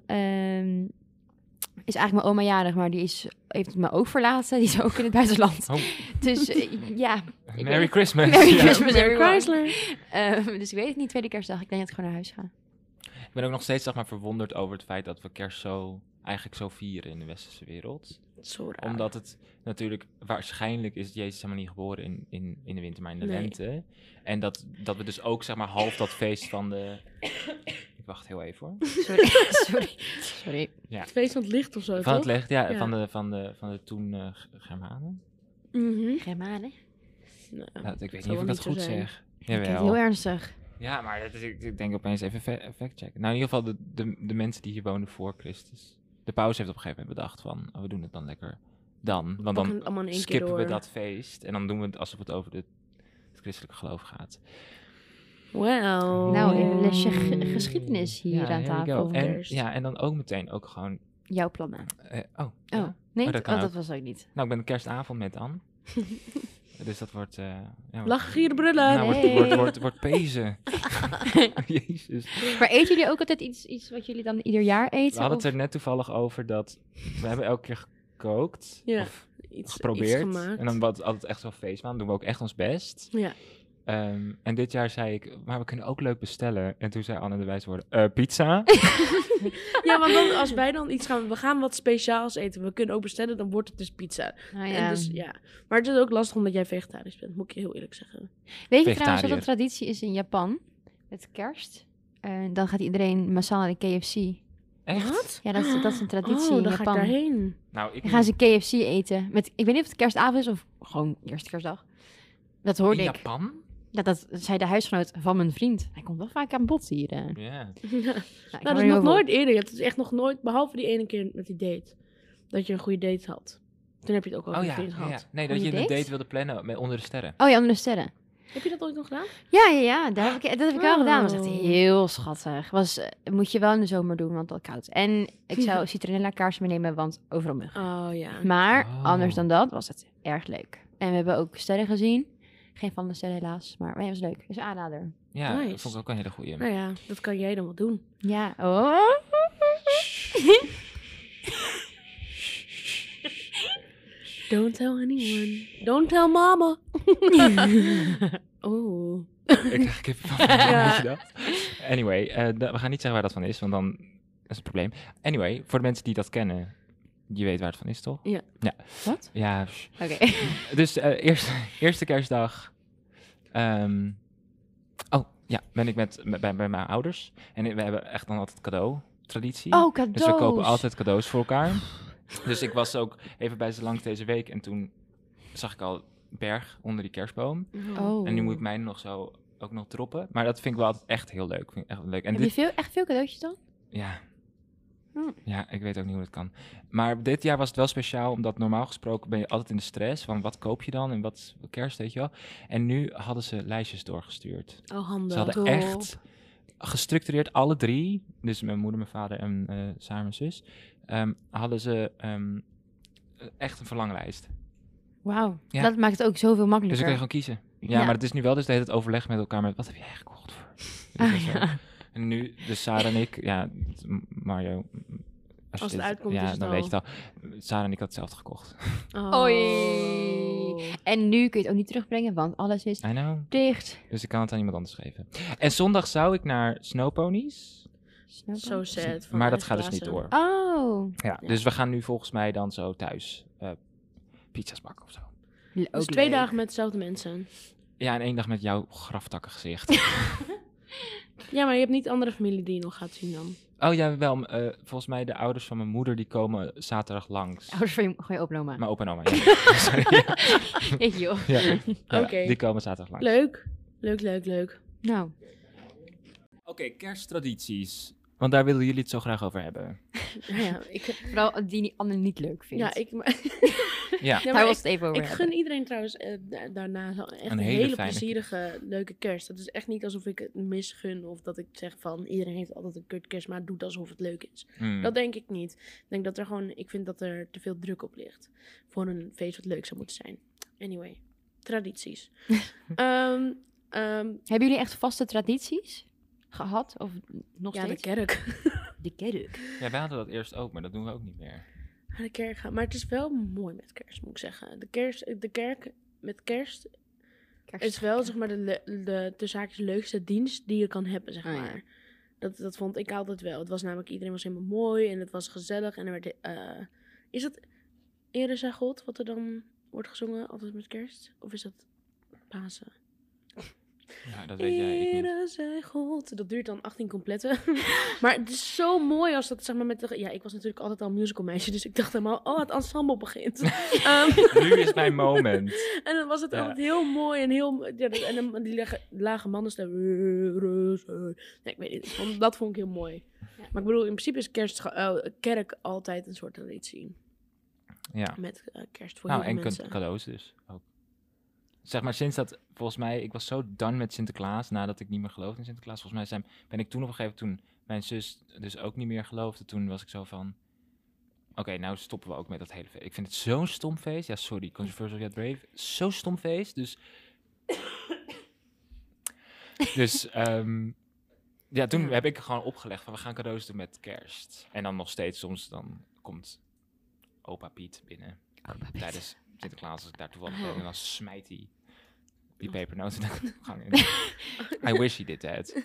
is eigenlijk mijn oma jarig, maar heeft me ook verlaten. Die is ook in het buitenland. Oh. Dus ja. ik Merry weet- Christmas. Merry Ja. Christmas, Merry everyone. Chrysler. Dus ik weet het niet, tweede kerstdag. Ik denk dat ik gewoon naar huis ga. Ik ben ook nog steeds zeg maar verwonderd over het feit dat we kerst eigenlijk zo vieren in de westerse wereld. Zo raar. Omdat het natuurlijk, waarschijnlijk is Jezus helemaal niet geboren in de winter, maar in de Nee. lente. En dat we dus ook zeg maar half dat feest van de... Ik wacht heel even hoor. Sorry. Het feest van het licht of zo, Van het toch? licht, ja, Ja. van de toen Germanen. Mhm. Germanen. Nou, Nou, ik weet zal niet of ik wel dat goed niet zo zijn. zeg. Ik vind het Jawel. heel ernstig. Ja, maar ik denk opeens even fact-checken. Nou, in ieder geval de mensen die hier woonden voor Christus. De paus heeft op een gegeven moment bedacht van, we doen het dan lekker dan. Want Pakken dan het allemaal in één keer skippen we door. dat feest. En dan doen we het alsof het over het christelijke geloof gaat. Well. Nou, een lesje geschiedenis hier Ja, aan here we tafel. go. En, Kerst. ja, en dan ook meteen ook gewoon... Jouw plannen. Oh, Oh, ja. nee, Oh, dat kan dat ook. was ook niet. Nou, ik ben kerstavond met Anne. Dus dat wordt... Lachen, gieren, brullen. Nou, Nee. wordt pezen. Jezus. Maar eten jullie ook altijd iets wat jullie dan ieder jaar eten? We hadden het of- er net toevallig over dat... We hebben elke keer gekookt. Ja. Of Iets geprobeerd. gemaakt. En dan was het altijd echt zo'n feestmaand. Dan doen we ook echt ons best. Ja. En dit jaar zei ik, maar we kunnen ook leuk bestellen. En toen zei Anne de wijze woorden, pizza. Ja, want dan, als wij dan iets gaan... We gaan wat speciaals eten. We kunnen ook bestellen, dan wordt het dus pizza. Nou En dus, ja. Maar het is ook lastig omdat jij vegetarisch bent. Moet ik je heel eerlijk zeggen. Weet je trouwens wat een Vegetariër. traditie is in Japan? Met kerst. Dan gaat iedereen massaal naar de KFC. Echt? Wat? Ja, dat is een traditie Oh, in dan ga ik Japan. daarheen. Nou, ik Dan gaan ze KFC eten. Ik weet niet of het kerstavond is of gewoon eerste kerstdag. Dat hoorde in ik. Japan? Ja, dat zei de huisgenoot van mijn vriend. Hij komt wel vaak aan bod hier. Ja. Ja. Nou, ik Nou, heb dat er is nu nog over- nooit eerder. Het is echt nog nooit, behalve die ene keer met die date. Dat je een goede date had. Toen heb je het ook over Oh je ja, vriend ja, gehad. ja. Nee, dat Goeie je een date? date wilde plannen met onder de sterren. Oh ja, onder de sterren. Heb je dat ooit nog gedaan? Ja, dat heb ik wel gedaan. Dat was echt Oh. heel schattig. Moet je wel in de zomer doen, want het koud. En ik zou citronella kaarsen meenemen, want overal muggen. Oh ja. Maar Oh. anders dan dat was het erg leuk. En we hebben ook sterren gezien. Geen van de sterren helaas, maar het was leuk. Dus aanrader. Ja, Nice. dat vond ik ook een hele goeie. Nou ja, dat kan jij dan wel doen. Ja. Oh. Don't tell anyone. Don't tell mama. Oh. Ik krijg kippenvel van, Ja. weet je dat? Anyway, we gaan niet zeggen waar dat van is, want dan is het probleem. Anyway, voor de mensen die dat kennen, je weet waar het van is, toch? Wat? Ja, Oké. dus eerste kerstdag. Ben ik bij mijn ouders. En we hebben echt dan altijd cadeau-traditie. Oh, cadeaus. Dus we kopen altijd cadeaus voor elkaar. Dus ik was ook even bij ze langs deze week. En toen zag ik al berg onder die kerstboom. Oh. En nu moet ik mij ook nog droppen. Maar dat vind ik wel altijd echt heel leuk. Vind ik echt leuk. En Heb je echt veel cadeautjes dan? ja, Ja, ik weet ook niet hoe het kan. Maar dit jaar was het wel speciaal, omdat normaal gesproken ben je altijd in de stress van wat koop je dan en wat kerst, weet je wel. En nu hadden ze lijstjes doorgestuurd. Oh, handig. Ze hadden Top. echt gestructureerd, alle 3, dus mijn moeder, mijn vader en Sarah, mijn zus, hadden ze echt een verlanglijst. Wauw, Ja. dat maakt het ook zoveel Dus makkelijker. ik kon gewoon kiezen. Ja, Ja. maar het is nu wel dus de hele tijd overleg met elkaar met wat heb jij gekocht voor? Dus dat is wel- En nu, dus Sarah en ik, ja, Mario. Als je het dit- uitkomt, ja, is het dan al. weet je het al. Sarah en ik had hetzelfde gekocht. Oh. Oei. En nu kun je het ook niet terugbrengen, want alles is I know. dicht. Dus ik kan het aan iemand anders geven. En zondag zou ik naar Snowponies. Zo sad. van Maar dat Ijs gaat dus niet Klaassen. door. Oh, Ja, Ja. dus we gaan nu volgens mij dan zo thuis pizza's bakken of zo. Dus ook 2 leuk. dagen met dezelfde mensen. Ja, en 1 dag met jouw graftakken gezicht. Ja, maar je hebt niet andere familie die je nog gaat zien dan. Oh ja, wel. Volgens mij de ouders van mijn moeder die komen zaterdag langs. Ouders van je opa en oma. Mijn opa en oma, ja. Sorry, ja. Ik joh. Ja. Ja, Oké. die komen zaterdag langs. Leuk. Leuk, leuk, leuk. Nou, Oké, kersttradities. Want daar willen jullie het zo graag over hebben. Ja, ik, vooral die Anne niet leuk vindt. ja, ik, Ja, ja, Daar maar was het even over ik hebben. gun iedereen trouwens daarna zo echt een hele hele fijne plezierige, leuke kerst. Het is echt niet alsof ik het misgun of dat ik zeg van iedereen heeft altijd een kut kerst, maar doet alsof het leuk is. Mm. Dat denk ik niet. Ik denk dat er gewoon, ik vind dat er te veel druk op ligt voor een feest wat leuk zou moeten zijn. Anyway, tradities. Ehm, Hebben jullie echt vaste tradities gehad? Of nog ja, de steeds? kerk. De kerk. Ja, wij hadden dat eerst ook, maar dat doen we ook niet meer. Naar de kerk gaan. Maar het is wel mooi met kerst, moet ik zeggen. De kerk met kerst is wel, zeg maar, de tussen haakjes leukste dienst die je kan hebben, zeg Oh, ja. maar. Dat vond ik altijd wel. Het was namelijk, iedereen was helemaal mooi en het was gezellig. En er werd, is dat Ere zij God, wat er dan wordt gezongen, altijd met kerst? Of is dat Pasen? Ja, dat weet jij, ik niet. Ere zij God. Dat duurt dan 18 completten. Maar het is zo mooi als dat, zeg maar, met de... Ja, ik was natuurlijk altijd al een musical meisje, dus ik dacht helemaal, oh, het ensemble begint. Nu is mijn moment. En dan was het Ja. altijd heel mooi en heel... Ja, en dan die lage mannenstem. Nee, ik weet niet. Dat vond ik heel mooi. Maar ik bedoel, in principe is kerk altijd een soort traditie. Ja. Met kerst voor Nou, heel en veel mensen. cadeaus dus ook. Zeg maar, sinds dat, volgens mij, ik was zo done met Sinterklaas, nadat ik niet meer geloofde in Sinterklaas. Volgens mij ben ik toen op een gegeven moment, toen mijn zus dus ook niet meer geloofde, toen was ik zo van, oké, nou stoppen we ook met dat hele feest. Ik vind het zo'n stom feest. Ja, sorry, Controversial Get Brave. Zo'n stom feest, dus... Dus, ja, toen Ja. heb ik gewoon opgelegd van, we gaan cadeaus doen met kerst. En dan nog steeds, soms dan komt opa Piet binnen tijdens Sinterklaas, als ik daar toevallig ben, en dan smijt hij die pepernoten de gang in. I wish he did that.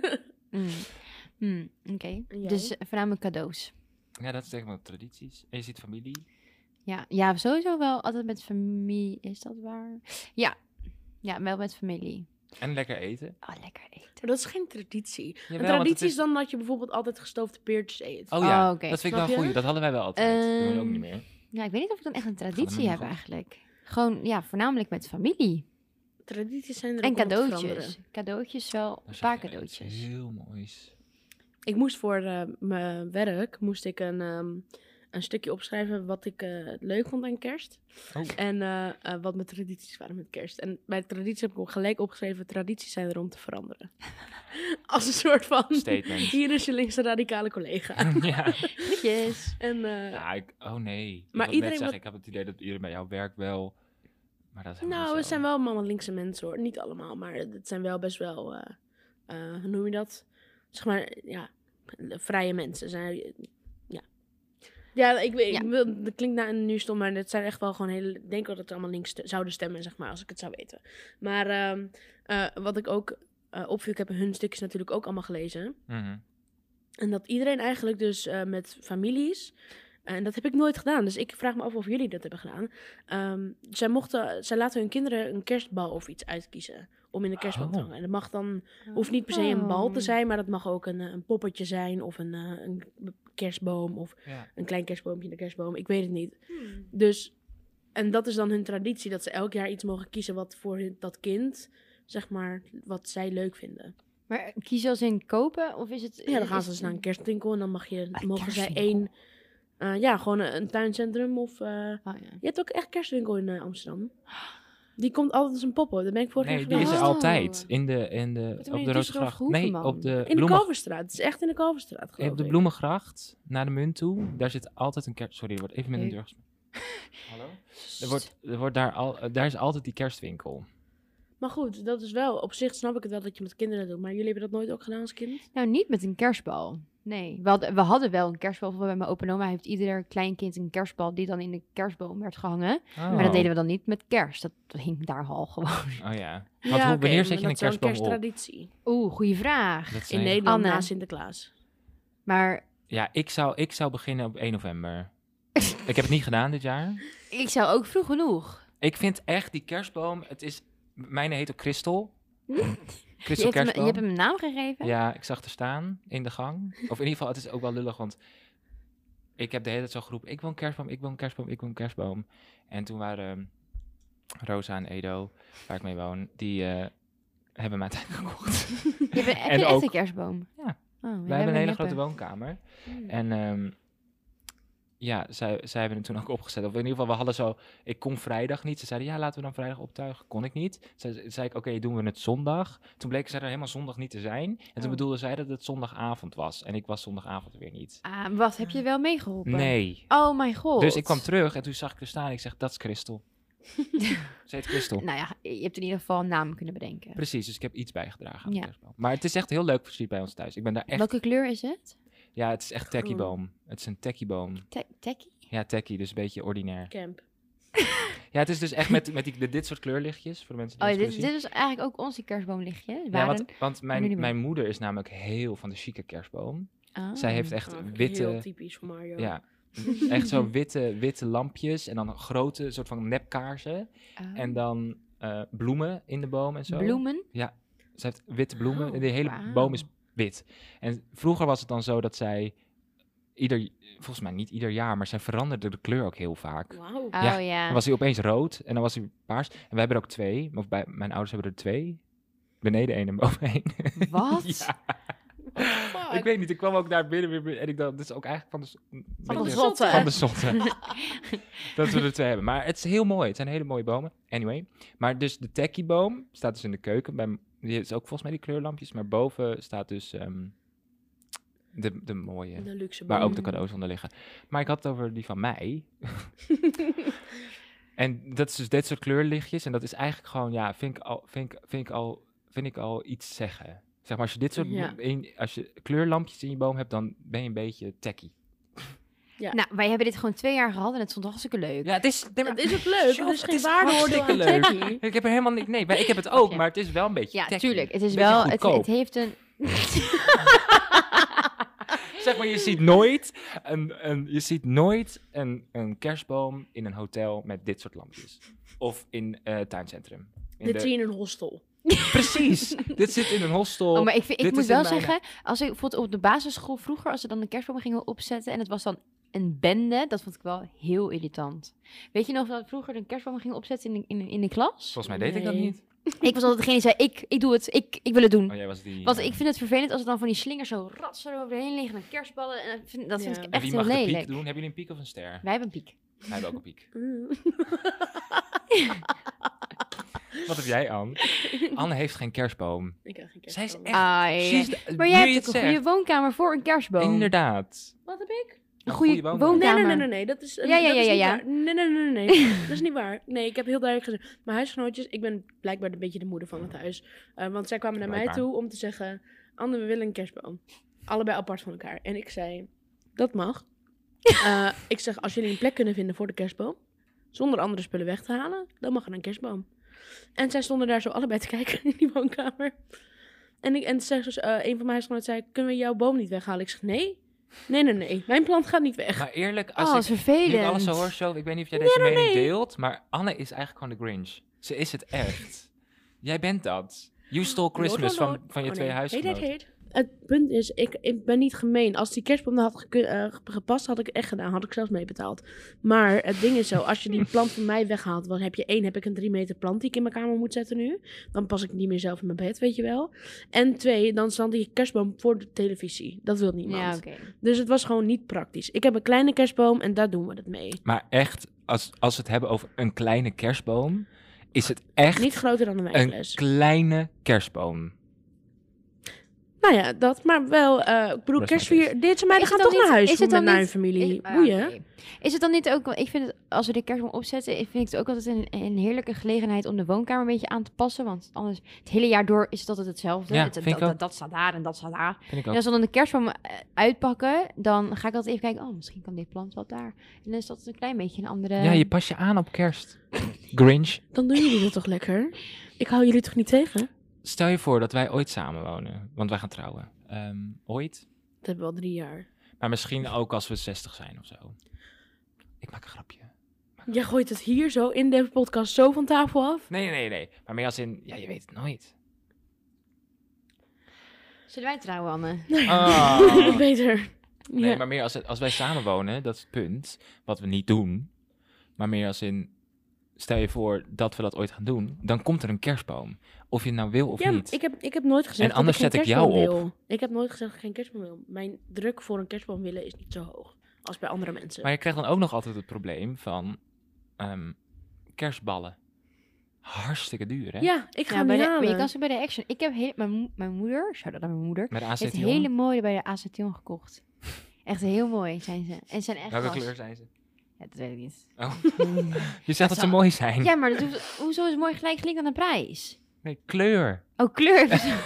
Oké, En jij? dus voornamelijk cadeaus. Ja, dat is denk ik wel tradities. En je ziet familie. Ja, sowieso wel altijd met familie. Is dat waar? Ja, wel met familie. En lekker eten. Oh, lekker eten. Maar dat is geen traditie. Jawel, Een want traditie het is- is dan dat je bijvoorbeeld altijd gestoofde peertjes eet. Oh ja, Oh, oké. dat vind ik Snap wel je? goed. Dat hadden wij wel altijd. Dat doen we ook niet meer. Ja, ik weet niet of ik dan echt een Gaat traditie het heb nog eigenlijk. Gewoon, ja, voornamelijk met familie. Tradities zijn er En ook om te cadeautjes. veranderen. Cadeautjes wel, Dan een zeg paar je iets cadeautjes. heel moois. Ik moest voor mijn werk een stukje opschrijven wat ik leuk vond aan kerst. Oh. En wat mijn tradities waren met kerst. En bij de tradities heb ik ook gelijk opgeschreven, tradities zijn er om te veranderen. Als een soort van, Statement. hier is je linkse radicale collega. Ja. Groetjes. En Ja, oh nee. Maar Maar iedereen iedereen wat- ik heb het idee dat iedereen bij jouw werk wel... Maar dat is helemaal nou, niet het zo. zijn wel allemaal linkse mensen hoor. Niet allemaal, maar het zijn wel best wel, hoe noem je dat? Zeg maar, ja, vrije mensen. Zijn, ja. Ja, ik weet, Ja. dat klinkt nu stom, maar het zijn echt wel gewoon hele... Ik denk wel dat ze allemaal links zouden stemmen, zeg maar, als ik het zou weten. Maar wat ik ook opviel, ik heb hun stukjes natuurlijk ook allemaal gelezen. Mhm. En dat iedereen eigenlijk dus met families... En dat heb ik nooit gedaan. Dus ik vraag me af of jullie dat hebben gedaan. Zij laten hun kinderen een kerstbal of iets uitkiezen. Om in de kerstboom te Oh. hangen. En dat mag dan... Hoeft niet per se een bal te Oh. zijn. Maar dat mag ook een poppetje zijn. Of een kerstboom. Of Ja. een klein kerstboompje in de kerstboom. Ik weet het niet. Dus... En dat is dan hun traditie. Dat ze elk jaar iets mogen kiezen wat voor dat kind... Zeg maar, wat zij leuk vinden. Maar kiezen als in kopen? Of is het... Ja, dan gaan is ze dus het- naar een kerstwinkel en dan mogen zij kerstwinkel. één... gewoon een tuincentrum of... Oh, ja. Je hebt ook echt een kerstwinkel in Amsterdam. Die komt altijd als een pop-up. Daar ben ik vorig jaar Nee, die is geweest. er Oh. altijd. Wat Op doe de je Roze Düsseldorf Gracht. Hoeven, Nee, man? op de In de Kalverstraat. Het is echt in de Kalverstraat, geloof op de ik. Bloemengracht, naar de Munt toe. Daar zit altijd een kerst... Sorry, er wordt even met een Oké. deur gesproken. Hallo? Er wordt daar is altijd die kerstwinkel. Maar goed, dat is wel... Op zich snap ik het wel dat je met kinderen dat doet. Maar jullie hebben dat nooit ook gedaan als kind? Nou, niet met een kerstbal. Nee, we hadden wel een kerstbal. Bij mijn opa en oma heeft ieder kleinkind een kerstbal die dan in de kerstboom werd gehangen. Maar dat deden we dan niet met kerst. Dat hing daar al gewoon. Oh ja. Ja, Want oké, wanneer maar zet je een dat is wel kerstboom op? kersttraditie. Oeh, goede vraag. Dat In zijn- Nederland Anne. na Sinterklaas. Maar Ja, ik zou beginnen op 1 november. Ik heb het niet gedaan dit jaar. ik zou ook vroeg genoeg. Ik vind echt die kerstboom, het is... Mijne heet ook Christel. Je Christel hebt, kerstboom. je hebt hem een naam gegeven? Ja, ik zag er staan in de gang. Of in ieder geval, het is ook wel lullig, want ik heb de hele tijd zo geroepen, ik wil een kerstboom, ik wil een kerstboom, ik wil een kerstboom. En toen waren Rosa en Edo, waar ik mee woon, die hebben mij uiteindelijk gekocht. Heb je En echt ook- een kerstboom? Ja. Oh, Wij hebben een hele neppe. grote woonkamer. Hmm. En ja, zij hebben het toen ook opgezet. Of in ieder geval, we hadden zo... Ik kon vrijdag niet. Ze zeiden, ja, laten we dan vrijdag optuigen. Kon ik niet. Zei ik, oké, doen we het zondag. Toen bleken zij er helemaal zondag niet te zijn. En toen Oh. bedoelde zij dat het zondagavond was. En ik was zondagavond weer niet. Ah, wat, heb je wel meegeholpen? Nee. Oh mijn god. Dus ik kwam terug en toen zag ik er staan. Ik zeg, dat is Christel. Ze heet Christel. Nou ja, je hebt in ieder geval een naam kunnen bedenken. Precies, dus ik heb iets bijgedragen aan de Ja. kerstboom. Maar het is echt heel leuk versierd bij ons thuis. Ik ben daar echt... Welke kleur is het? Ja, het is echt techie-boom. Het is een techie-boom. Techie? Ja, techie, dus een beetje ordinair. Camp. Ja, het is dus echt met dit soort kleurlichtjes, voor de mensen die Oh, dat dit, kunnen zien. dit is eigenlijk ook onze kerstboomlichtje. Ja, Waren... want nu niet meer. mijn moeder is namelijk heel van de chique kerstboom. Ah. Zij heeft echt Oh, Heel witte, typisch voor Mario. ja, echt zo witte lampjes en dan grote soort van nepkaarsen. Ah. En dan bloemen in de boom en zo. Bloemen? Ze heeft witte bloemen Oh, en de hele wauw. boom is wit. En vroeger was het dan zo dat zij volgens mij niet ieder jaar, maar zij veranderde de kleur ook heel vaak. Wauw. Oh Ja, ja. Dan was hij opeens rood en dan was hij paars. En wij hebben er ook 2, of mijn ouders hebben er 2. Beneden 1 en boven 1. Wat? Ja. Fuck. Ik weet niet, ik kwam ook daar binnen en ik dacht, dit is ook eigenlijk van de Van de beetje- zotte. Van de zotte. Dat we er 2 hebben. Maar het is heel mooi. Het zijn hele mooie bomen. Anyway. Maar dus de techie-boom staat dus in de keuken. Die is ook volgens mij die kleurlampjes. Maar boven staat dus de mooie. De luxe Waar boom. ook de cadeaus onder liggen. Maar ik had het over die van mij. En dat is dus dit soort kleurlichtjes. En dat is eigenlijk gewoon, ja, vind ik al iets zeggen. Zeg maar, als je dit soort Ja. als je kleurlampjes in je boom hebt, dan ben je een beetje techie. Ja. Nou, wij hebben dit gewoon 2 jaar gehad en het stond hartstikke leuk. Ja, het is... Het is ook leuk. Zo, Er is het geen is waardeoordeel aan hartstikke leuk. techie. Ik heb er helemaal niet... Nee, ik heb het ook, Ja. maar het is wel een beetje Ja, techie. tuurlijk. Het is Beetje wel... goedkoop. Het heeft een... Zeg maar, je ziet nooit een kerstboom in een hotel met dit soort lampjes. Of in tuincentrum. Dit zie je in een hostel. Precies. Dit zit in een hostel. Oh, maar ik Dit moet is wel in mijn- zeggen, als ik bijvoorbeeld op de basisschool vroeger, als ze dan de kerstboom gingen opzetten en het was dan een bende, dat vond ik wel heel irritant. Weet je nog dat vroeger een kerstboom gingen opzetten in de klas? Volgens mij deed ik dat Nee. niet. Ik was altijd degene die zei, ik doe het, ik wil het doen. Oh, jij was die... Want ik vind het vervelend als er dan van die slingers zo ratsen overheen liggen en kerstballen. En dat vind Ja. ik En echt wie heel mag de piek lelijk. doen? Hebben jullie een piek of een ster? Wij hebben een piek. Wij hebben ook een piek. Mm. Wat heb jij, Anne? Anne heeft geen kerstboom. Ik heb geen Zij is kerstboom. echt... Ai. She's Maar nu jij je hebt het ook een goede zegt. woonkamer voor een kerstboom. Inderdaad. Wat heb ik? Een goede goede woonkamer. woonkamer. Nee. Dat is, Ja, dat is niet ja. waar. Nee. Dat is niet waar. Nee, ik heb heel duidelijk gezegd. Mijn huisgenootjes, ik ben blijkbaar een beetje de moeder van het huis. Want zij kwamen naar mij Blijkbaar. toe om te zeggen... Anne, we willen een kerstboom. Allebei apart van elkaar. En ik zei, dat mag. Ik zeg, als jullie een plek kunnen vinden voor de kerstboom... zonder andere spullen weg te halen, dan mag er een kerstboom. En zij stonden daar zo allebei te kijken in die woonkamer. En toen zei dus, een van mijn huisgenoten zei... Kunnen we jouw boom niet weghalen? Ik zeg, nee. Nee. Mijn plant gaat niet weg. Maar eerlijk, Oh, als dat is ik vervelend. nu ik alles zo hoor, zo, ik weet niet of jij deze mening deelt, maar Anne is eigenlijk gewoon de Grinch. Ze is het echt. Jij bent dat. You stole Christmas van je 2 huisgenoten. Heet. het punt is, ik ben niet gemeen. Als die kerstboom had gepast, had ik het echt gedaan. Had ik zelfs meebetaald. Maar het ding is zo, als je die plant van mij weghaalt, dan heb ik een 3 meter plant die ik in mijn kamer moet zetten nu. Dan pas ik niet meer zelf in mijn bed, weet je wel. En 2, dan staat die kerstboom voor de televisie. Dat wil niemand. Ja, oké. Dus het was gewoon niet praktisch. Ik heb een kleine kerstboom en daar doen we het mee. Maar echt, als we het hebben over een kleine kerstboom, is het echt Niet groter dan een een wijnglas. kleine kerstboom. Nou ja, dat, maar wel, ik bedoel, Rest in kerstvier, deze meiden Is het gaan dan toch naar niet- huis is het met dan naar hun niet- familie. Ah, Boeien. oké. Is het dan niet ook, want ik vind het, als we de kerstboom opzetten, vind ik het ook altijd een heerlijke gelegenheid om de woonkamer een beetje aan te passen. Want anders, het hele jaar door is het altijd hetzelfde. Ja, vind ik ook. Dat staat daar en dat staat daar. Vind ik En ook. als we dan de kerstboom uitpakken, dan ga ik altijd even kijken, oh, misschien kan dit plant wel daar. En dan is dat een klein beetje een andere... Ja, je pas je aan op kerst. Grinch. Dan doen jullie dat toch lekker? Ik hou jullie toch niet tegen? Stel je voor dat wij ooit samenwonen, want wij gaan trouwen. Ooit? Dat hebben we al 3 jaar. Maar misschien ook als we 60 zijn of zo. Ik maak een grapje. Jij gooit het hier zo in deze podcast zo van tafel af? Nee. Maar meer als in, ja, je weet het nooit. Zullen wij trouwen, Anne? Oh. Beter. Nee, Ja. maar meer als wij samenwonen, dat is het punt. Wat we niet doen. Maar meer als in, stel je voor dat we dat ooit gaan doen. Dan komt er een kerstboom. Of je het nou wil of Ja, niet. ik heb nooit gezegd En anders dat ik zet geen ik jou kerstboom op. wil. Ik heb nooit gezegd dat ik geen kerstboom wil. Mijn druk voor een kerstboom willen is niet zo hoog als bij andere mensen. Maar je krijgt dan ook nog altijd het probleem van kerstballen. Hartstikke duur, hè? Ja, ik ga Ja, hem bij niet de, maar je halen. kan ze bij de Action. Ik heb mijn moeder, shout-out aan mijn moeder, Met heeft ACT. hele mooie bij de Action gekocht. Echt heel mooi zijn ze. En zijn echt Welke glas. kleur zijn ze? Ja, dat weet ik niet. Oh. Je zegt dat ze zal- mooi zijn. Ja, maar hoezo is het mooi gelijk gelinkt aan de prijs? Nee, kleur. Oh, kleur.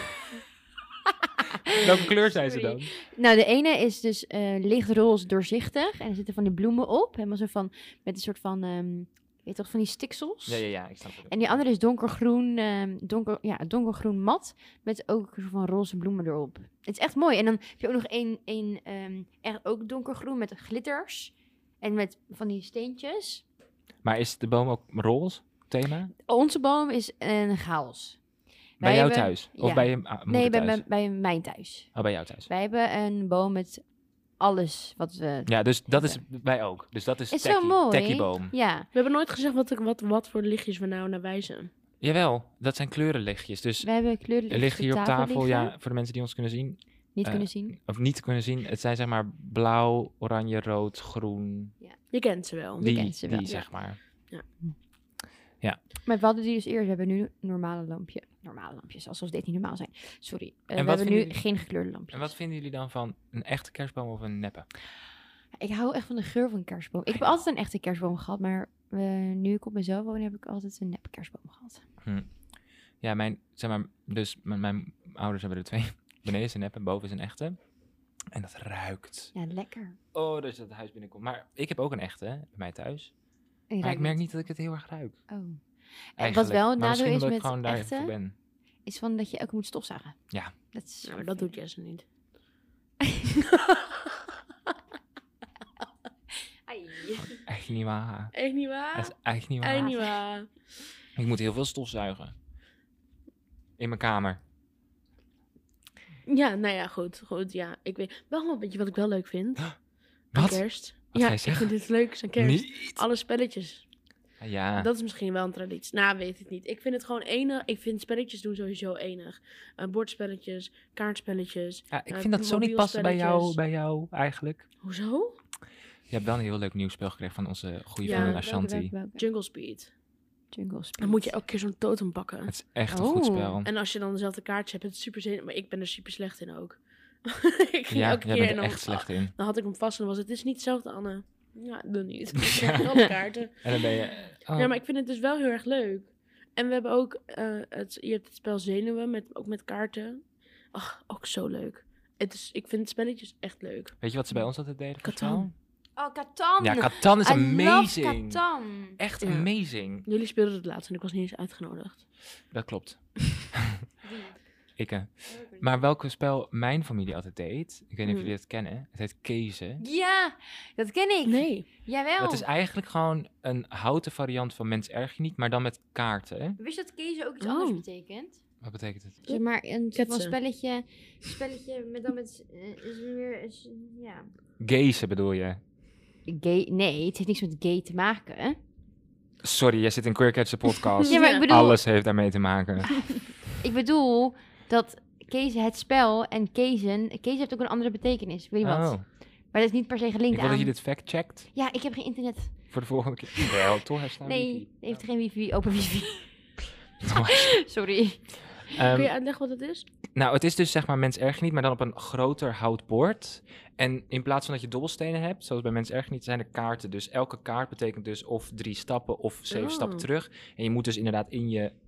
Welke kleur zijn ze Sorry. dan? Nou, de ene is dus lichtroze doorzichtig. En er zitten van die bloemen op. Helemaal zo van, met een soort van, weet je toch, van die stiksels. Ja, ik snap het. En die andere is donkergroen, donkergroen mat. Met ook een soort van roze bloemen erop. Het is echt mooi. En dan heb je ook nog één echt ook donkergroen met glitters. En met van die steentjes. Maar is de boom ook roze, thema? Onze boom is een chaos. Bij Wij jou hebben- thuis? Of ja. bij je moeder Nee, thuis? bij mijn thuis. Oh, bij jou thuis. Wij hebben een boom met alles wat we... Ja, dus dat is wij ook. Dus dat is Is zo mooi. techie-boom. Ja. We hebben nooit gezegd wat voor lichtjes we nou naar wijzen. Jawel, dat zijn kleurenlichtjes. Dus We hebben er kleurlichten liggen hier op tafel, liggen. ja, voor de mensen die ons kunnen zien. Niet eh, kunnen zien. Of niet kunnen zien. Het zijn zeg maar blauw, oranje, rood, groen. Je kent ze wel. Die kent ze wel, ja. zeg maar. Maar we hadden die dus eerst. We hebben nu normale lampjes, alsof dit niet normaal zijn. Sorry. We wat hebben nu vinden jullie- geen gekleurde lampjes. En wat vinden jullie dan van een echte kerstboom of een neppe? Ik hou echt van de geur van een kerstboom. Ik heb altijd een echte kerstboom gehad, maar nu ik op mezelf woon, heb ik altijd een nep kerstboom gehad. Ja, mijn ouders hebben er 2. Beneden is een neppe en boven is een echte. En dat ruikt. Ja, lekker. Oh, dus dat het huis binnenkomt. Maar ik heb ook een echte, hè, bij mij thuis. En je Maar ik ruikt merk niet dat ik het heel erg ruik. Oh. En wat Eigenlijk. wel het Maar nadeel misschien is omdat ik met gewoon daarvoor echte, ben. is van dat je ook moet stofzuigen. Ja. Dat is Ja, maar dat doet Jesse niet. Ai. Echt niet waar. Echt niet Dat waar? is echt niet waar. Echt niet waar. Ik moet heel veel stofzuigen. In mijn kamer. Ja, nou ja, goed, ja. Ik weet wel een beetje wat ik wel leuk vind. Aan Wat? kerst. Wat ja, ga je ik vind zeggen? dit leuk aan kerst. Niet? Alle spelletjes. Ja. Dat is misschien wel een traditie. Nou, weet ik niet. Ik vind het gewoon enig. Ik vind spelletjes doen sowieso enig. Bordspelletjes, kaartspelletjes. Ja, ik vind dat zo niet passen bij jou eigenlijk. Hoezo? Je hebt wel een heel leuk nieuw spel gekregen van onze goede Ja, vriendin welke, Ashanti. Jungle Speed. Jungle Speed. Dan moet je elke keer zo'n totem pakken. Het is echt een goed Oh. spel. En als je dan dezelfde kaartjes hebt, het is super zenuwachtig. Maar ik ben er super slecht in ook. ik ging Ja, elke jij keer bent en er dan, echt slecht in. dan had ik hem vast en dan was het is niet hetzelfde, Anne. Ja, doe niet. Ik Ja. heb alle kaarten. En dan ben je... Oh. Ja, maar ik vind het dus wel heel erg leuk. En we hebben ook, je hebt het spel Zenuwen, ook met kaarten. Ach, ook zo leuk. Ik vind spelletjes echt leuk. Weet je wat ze bij ons altijd deden? voor Catan. spel? Oh, Catan. Ja, Catan is I love amazing. Catan. Echt Ja. amazing. Jullie speelden het laatst en ik was niet eens uitgenodigd. Dat klopt. Maar welke spel mijn familie altijd deed, ik weet niet of jullie dat kennen, het heet Kezen. Ja, dat ken ik. Nee. Jawel. Dat is eigenlijk gewoon een houten variant van Mens erg je niet, maar dan met kaarten. Wist je dat kezen ook iets Oh. anders betekent? Wat betekent het? Zeg maar een soort van Ketsen. spelletje met dan met... is weer, ja... Gazen bedoel je? Gay, nee, het heeft niks met gay te maken. Sorry, jij zit in Queer Catch, de podcast. Ja, maar ik bedoel... Alles heeft daarmee te maken. Ik bedoel dat Kezen het spel en Kezen heeft ook een andere betekenis. Ik weet niet wat. Oh, Maar dat is niet per se gelinkt ik wil aan... dat je dit fact-checkt Ja, ik heb geen internet. voor de volgende keer. Wel, toch? Hij staat Nee, wifi. heeft geen wifi, open wifi. Oh. Sorry. Ehm, Kun je uitleggen wat het is? Nou, het is dus zeg maar Mens Erg Niet, maar dan op een groter houtbord. En in plaats van dat je dobbelstenen hebt, zoals bij Mens Erg Niet, zijn er kaarten. Dus elke kaart betekent dus of 3 stappen of 7 stappen terug. En je moet dus inderdaad in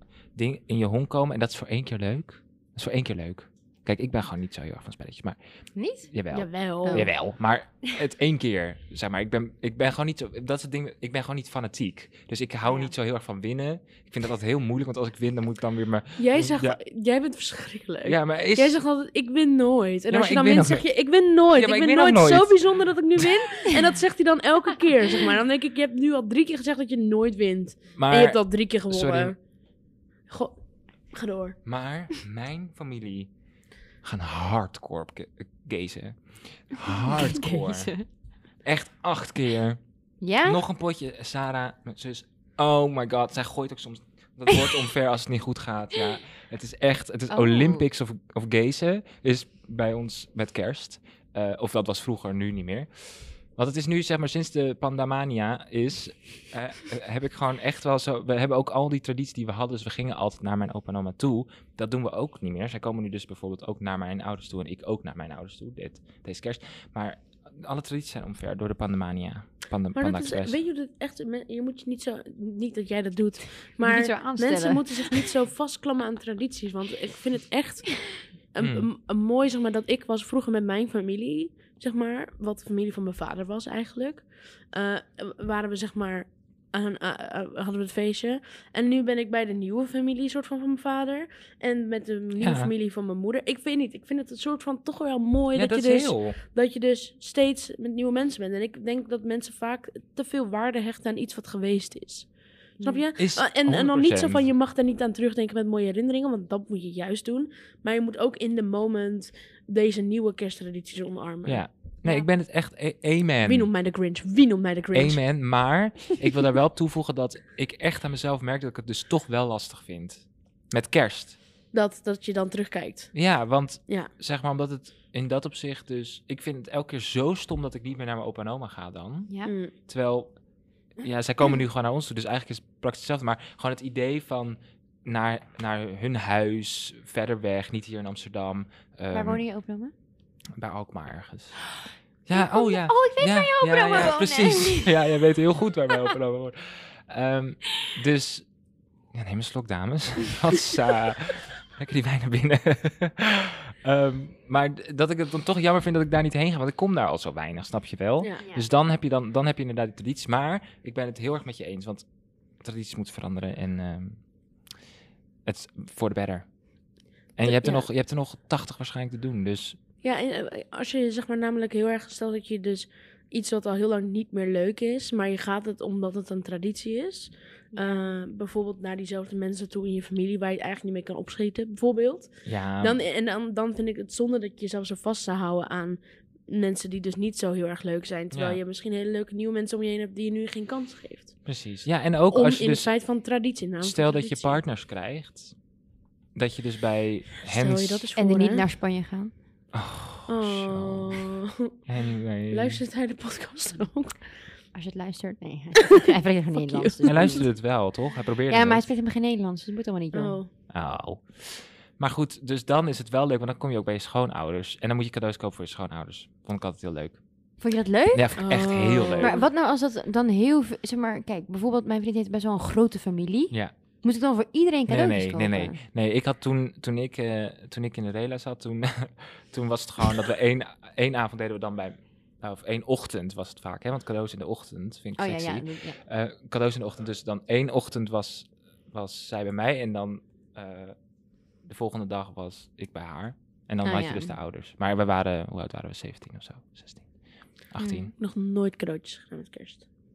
je hong komen. En dat is voor 1 keer leuk. Dat is voor 1 keer leuk. Kijk, ik ben gewoon niet zo heel erg van spelletjes, maar Niet? jawel. Jawel. Oh. Jawel, maar het 1 keer, zeg maar. Ik ben gewoon niet zo, dat is het ding, ik ben gewoon niet fanatiek. Dus ik hou Ja. niet zo heel erg van winnen. Ik vind dat altijd heel moeilijk, want als ik win, dan moet ik dan weer maar... Jij zegt, Ja. jij bent verschrikkelijk. Ja, maar is... Jij zegt altijd, ik win nooit. En Ja, als je maar dan ik wint, win zeg je, ik win nooit. Ja, maar ik ik ben win ook nooit zo nooit. bijzonder dat ik nu win. En dat zegt hij dan elke keer, zeg maar. Dan denk ik, je hebt nu al 3 keer gezegd dat je nooit wint. maar... En je hebt al 3 keer gewonnen. Sorry. Goh, ga door. Maar mijn familie gaan hardcore gazen. Hardcore. Kezen. Echt 8 keer. Ja? Nog een potje. Sarah, mijn zus. Oh my god. Zij gooit ook soms dat woord omver als het niet goed gaat. Ja, het is echt... Het is Oh. Olympics of gazen. Is bij ons met kerst. Of dat was vroeger, nu niet meer. Want het is nu, zeg maar, sinds de pandemania is... heb ik gewoon echt wel zo... We hebben ook al die tradities die we hadden. Dus we gingen altijd naar mijn opa en oma toe. Dat doen we ook niet meer. Zij komen nu dus bijvoorbeeld ook naar mijn ouders toe. En ik ook naar mijn ouders toe. Deze kerst. Maar alle tradities zijn omver door de pandemania. Maar dat Panda is, Express. weet je hoe dat echt... Je moet je niet zo... Niet dat jij dat doet. Niet Maar zo aanstellen. mensen moeten zich niet zo vastklammen aan tradities. Want ik vind het echt een mooi, zeg maar, dat ik was vroeger met mijn familie, zeg maar, wat de familie van mijn vader was eigenlijk. Waren we, zeg maar, hadden we het feestje. En nu ben ik bij de nieuwe familie, soort van mijn vader. En met de nieuwe Ja. familie van mijn moeder. Ik weet niet, ik vind het een soort van toch wel mooi Ja, dat dat je is dus... heel... Dat je dus steeds met nieuwe mensen bent. En ik denk dat mensen vaak te veel waarde hechten aan iets wat geweest is. Snap je? Is En dan niet zo 100%. van, je mag daar niet aan terugdenken met mooie herinneringen, want dat moet je juist doen. Maar je moet ook in de moment deze nieuwe kersttradities omarmen. Ja. Nee, Ja. ik ben het echt... Amen. Wie noemt mij de Grinch? Wie noemt mij de Grinch? Amen. Maar ik wil daar wel op toevoegen dat ik echt aan mezelf merk dat ik het dus toch wel lastig vind. Met kerst. Dat je dan terugkijkt. Ja, want Ja. zeg maar omdat het in dat opzicht dus... Ik vind het elke keer zo stom dat ik niet meer naar mijn opa en oma ga dan. Ja. Mm. Terwijl, ja, zij komen nu gewoon naar ons toe. Dus eigenlijk is het praktisch hetzelfde. Maar gewoon het idee van naar hun huis, verder weg, niet hier in Amsterdam. Waar wonen je opa en oma? Bij Alkmaar ergens. Ja, oh ja. Oh, ik weet waar je opa en oma ja, wonen. precies. Ja, jij weet heel goed waar mijn opa en oma wonen. Dus, ja, neem een slok, dames. Lekker die wijn naar binnen. Maar dat ik het dan toch jammer vind dat ik daar niet heen ga. Want ik kom daar al zo weinig, snap je wel? Ja. Ja. Dus dan heb je inderdaad die tradities. Maar ik ben het heel erg met je eens. Want tradities moeten veranderen. En het is for the better. En je hebt er nog 80 waarschijnlijk te doen. Dus Ja, en als je, zeg maar, namelijk heel erg stelt dat je dus iets wat al heel lang niet meer leuk is, maar je gaat het omdat het een traditie is. Bijvoorbeeld naar diezelfde mensen toe in je familie waar je het eigenlijk niet mee kan opschieten, bijvoorbeeld. ja, Dan vind ik het zonde dat je jezelf zo vast zou houden aan mensen die dus niet zo heel erg leuk zijn. Terwijl Ja. je misschien hele leuke nieuwe mensen om je heen hebt die je nu geen kans geeft. precies. Ja, en ook Om als je in het dus... feit van traditie. Nou, Stel dat je traditie. partners krijgt. Dat je dus bij Stel hen... je dat eens voor, En er niet hè? naar Spanje gaan. Oh. Anyway. Luistert hij de podcast ook? Als je het luistert. Nee, hij spreekt geen Nederlands. Hij luisterde het wel, toch? Hij probeerde Ja, maar hij het. spreekt helemaal geen Nederlands. Dus dat moet allemaal niet doen. Oh. Oh. Maar goed, dus dan is het wel leuk, want dan kom je ook bij je schoonouders. En dan moet je cadeaus kopen voor je schoonouders. Vond ik altijd heel leuk. Vond je dat leuk? Ja, vond ik echt Oh. heel leuk. Maar wat nou als dat dan heel veel... Zeg maar, kijk, bijvoorbeeld mijn vriend heeft best wel een grote familie. Ja. Moet ik dan voor iedereen cadeautjes Nee, kopen? nee. Ik had toen ik in de rela zat, toen was het gewoon dat we één avond deden we dan bij... Of 1 ochtend was het vaak, hè? Want cadeaus in de ochtend vind ik Oh ja, sexy. ja. Cadeaus in de ochtend, dus dan 1 ochtend was zij bij mij en dan de volgende dag was ik bij haar. En dan Oh, had ja. je dus de ouders. Maar hoe oud waren we? 17 of zo? 16, 18. Nog nooit cadeautjes gedaan met kerst.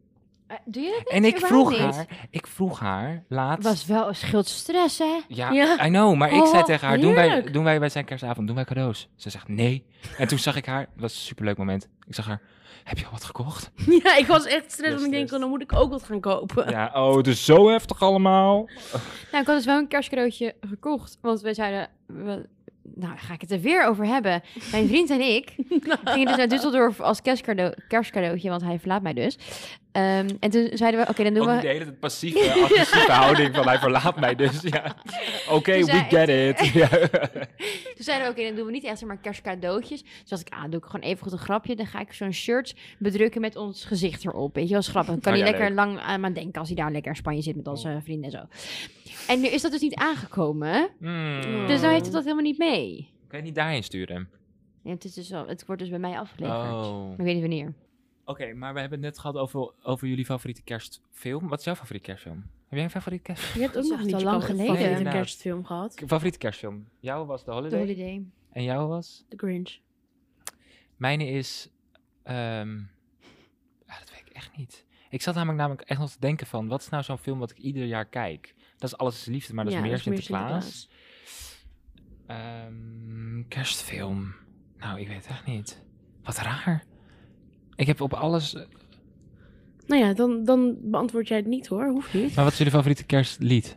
Doe je dat niet? En ik Überhaupt vroeg haar laatst... Het was wel een schild stress, hè? Ja, Ja. I know, maar ik zei tegen haar, heerlijk. doen wij bij zijn kerstavond, doen wij cadeaus? Ze zegt nee. En toen zag ik haar, dat was een superleuk moment. Ik zag haar, heb je al wat gekocht? Ja, ik was echt stress, want ik denk, Stress. dan moet ik ook wat gaan kopen. Ja, oh, het is zo heftig allemaal. Nou, ik had dus wel een kerstcadeautje gekocht. Want wij zeiden... Nou, ga ik het er weer over hebben. Mijn vriend en ik gingen dus naar Düsseldorf als kerstcadeautje, want hij verlaat mij dus. En toen zeiden we, oké, dan doen Ook we... die hele tijd passieve, agressieve houding van hij verlaat mij dus. Ja. Oké, Toen we zei- get it. Ja. Toen zeiden we, oké, dan doen we niet echt zeg maar kerstcadeautjes. Dus dacht ik, doe ik gewoon even goed een grapje. Dan ga ik zo'n shirt bedrukken met ons gezicht erop. Weet je wel, is grappig. Dan kan Oh hij ja, lekker leuk. lang aan me denken als hij daar lekker in Spanje zit met onze vrienden en zo. En nu is dat dus niet aangekomen. Dus dan heeft het dat helemaal niet mee. Kan je niet daarheen sturen? Ja, het, is dus wel, het wordt dus bij mij afgeleverd. Oh. Maar ik weet niet wanneer. Oké, maar we hebben het net gehad over jullie favoriete kerstfilm. Wat is jouw favoriete kerstfilm? Heb jij een favoriete kerstfilm? Je hebt ook Dat is nog echt niet al je lang geleden. favoriete Inderdaad. kerstfilm gehad. Favoriete kerstfilm? Jouw was The The Holiday. Holiday. En jouw was? The Grinch. Mijne is... dat weet ik echt niet. Ik zat namelijk echt nog te denken van... Wat is nou zo'n film wat ik ieder jaar kijk? Dat is Alles is Liefde, maar dat is Ja, meer dat is Sinterklaas. Kerstfilm. Nou, ik weet het echt niet. Wat raar. Ik heb op alles... Nou ja, dan beantwoord jij het niet hoor. Hoeft niet. Maar wat is jullie favoriete kerstlied?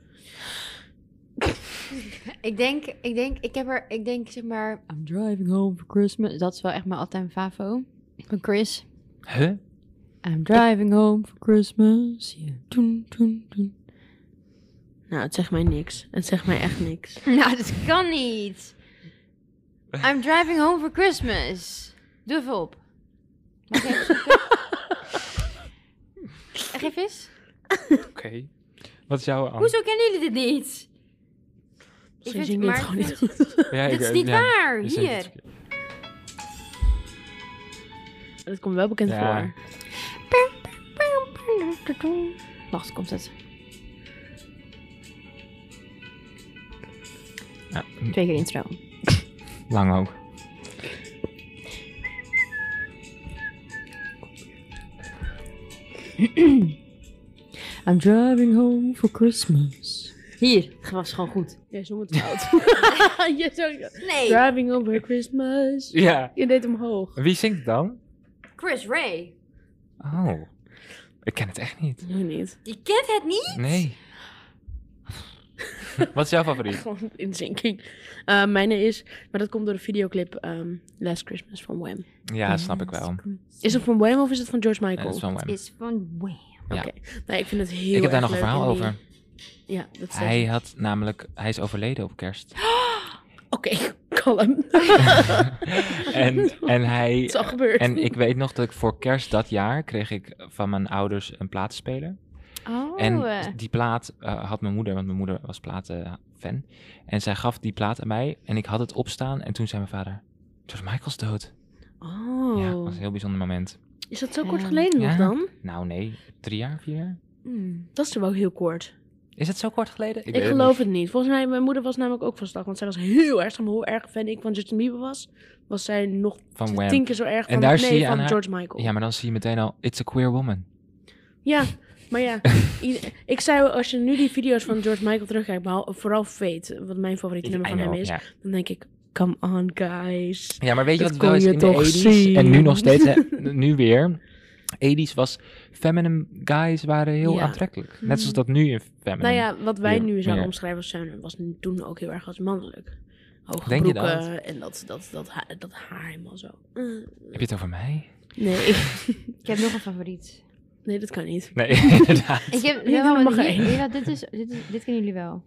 Ik denk zeg maar... I'm driving home for Christmas. Dat is wel echt mijn all-time favo. Van Chris. Huh? I'm driving home for Christmas. Yeah. Doen, doen, doen. Nou, het zegt mij niks. Het zegt mij echt niks. Nou, dat kan niet. I'm driving home for Christmas. Doe even op. Mag ik even zoeken? Geef eens. Oké. Wat is jouw... Hoezo kennen jullie dit niet? Misschien vind- zie ik dit maar gewoon ik niet vind- goed. Ja, Dit is niet waar. je zegt Hier. het verkeerd. Dat komt wel bekend Ja. voor. Wacht, komt het. Ja, 2 keer intro. lang ook. I'm driving home for Christmas. Hier, het was gewoon goed. Jij zong het fout. Je zong Nee. Driving over Christmas. Ja. Je deed omhoog. Wie zingt het dan? Chris Ray. Oh. Ik ken het echt niet. Nu niet. Je kent het niet? Nee. Wat is jouw favoriet? Gewoon inzinking. Mijne is, maar dat komt door de videoclip Last Christmas van Wham. Ja, snap ik wel. Is het van Wham of is het van George Ja, Michael? dat is van Het Wham. is van Wham. Ja. Oké. Nee, ik vind het heel Ik heb daar erg nog een leuk verhaal en die- over. Ja, dat Hij is overleden op kerst. Oké, kalm. en hij... Het is al gebeurd. En ik weet nog dat ik voor kerst dat jaar kreeg ik van mijn ouders een platenspeler. Oh. En die plaat had mijn moeder, want mijn moeder was platenfan. En zij gaf die plaat aan mij en ik had het opstaan. En toen zei mijn vader, George Michael's dood. Oh. Ja, dat was een heel bijzonder moment. Is dat zo kort Ja. geleden nog Ja. dan? Nou nee, 3 jaar, 4 jaar? Dat is toch wel heel kort. Is het zo kort geleden? Ik weet geloof niet. het niet. Volgens mij, mijn moeder was namelijk ook van slag. Want zij was heel erg, hoe erg fan ik van Justin Bieber was zij nog Van Wham. 10 keer zo erg En van, daar zie je van aan haar- George Michael. Ja, maar dan zie je meteen al, it's a queer woman. Ja, maar ja. Ik zei, als je nu die video's van George Michael terugkijkt, vooral Fate, wat mijn favoriete nummer van hem is, Ja. dan denk ik, come on guys. Ja, maar weet je Dat wat het wel kon is je in de toch 80's? zien. En nu nog steeds, hè, nu weer. 80's was, feminine guys waren heel Ja. aantrekkelijk. Net zoals dat nu in feminine. Nou ja, wat wij Ja, nu zouden meer. omschrijven als feminine, was toen ook heel erg als mannelijk. Hoge Denk je broeken en dat haar helemaal zo. Heb je het over mij? Nee, Ik heb nog een favoriet. nee, dat kan niet. Nee, inderdaad. Ik heb Ja, wel dan mag een- er één. ja, dit kennen jullie wel.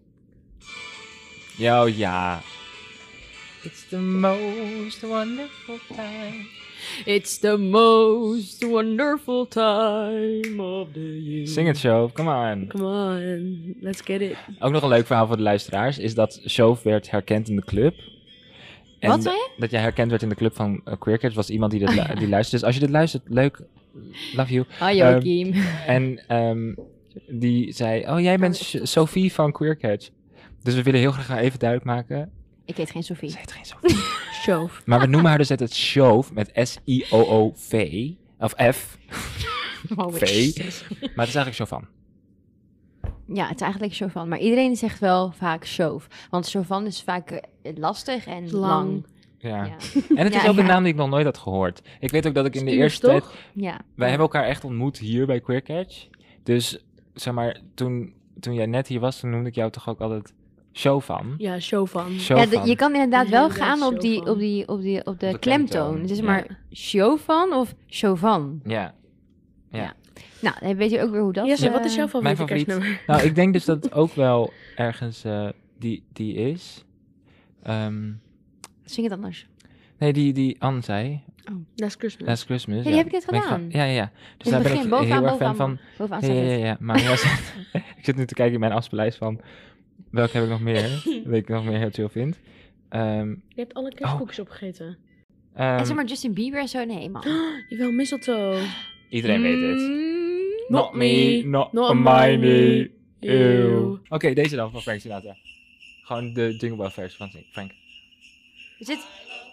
Ja. It's the most wonderful time. It's the most wonderful time of the year. Sing het, Shove. Come on. Come on, let's get it. Ook nog een leuk verhaal voor de luisteraars is dat Shove werd herkend in de club. En Wat zei je? Dat jij herkend werd in de club van Queer Kids was iemand die, die luistert. Dus als je dit luistert, leuk. Love you. Hi Joachim. En die zei, oh jij bent Sophie van Queer Kids. Dus we willen heel graag even duidelijk maken. Ik heet geen Sophie. Ze heet geen Sophie. Shove. Maar we noemen haar dus het Shove met S-I-O-O-V. Of F. V. Maar het is eigenlijk chauvin. Ja, het is eigenlijk chauvin. Maar iedereen zegt wel vaak chauve. Want chauvin is vaak lastig en lang. Ja. Ja. En het is Ja, ook een ja. naam die ik nog nooit had gehoord. Ik weet ook dat ik in de Stuurs, eerste tijd... toch? Ja. Wij hebben elkaar echt ontmoet hier bij Queer Catch. Dus, zeg maar, toen jij net hier was, toen noemde ik jou toch ook altijd chauvin. Ja, show van. Ja, Chauvin. je kan inderdaad wel Inderdaad, gaan op chauvin. de klemtoon. Het is Ja. maar chauvin of chauvin. Ja. Nou, dan weet je ook weer hoe dat... Jesse, wat is jouw Mijn favoriete favoriet? kerstnummer? Nou, ik denk dus dat het ook wel ergens die is. Zing het anders. Nee, die Anne zei. Last Christmas. Last Christmas. die heb ik net Ben gedaan. Ja. Dus In daar het ben ik begin, heel erg fan van. Bovenaan Ja, staat ja, het. ja. Maar ik zit nu te kijken in mijn afspeellijst van welke heb ik nog meer. Welke ik nog meer heel chill vind. Je hebt alle kerstkoekjes opgegeten. En zeg maar Justin Bieber en zo. Nee, man. Jawel, mistletoe. Iedereen weet het. Not me, not not mine. Ew. Oké, deze dan van Frank Sinatra. Gewoon de Jingle Bell versie van Frank. Is dit...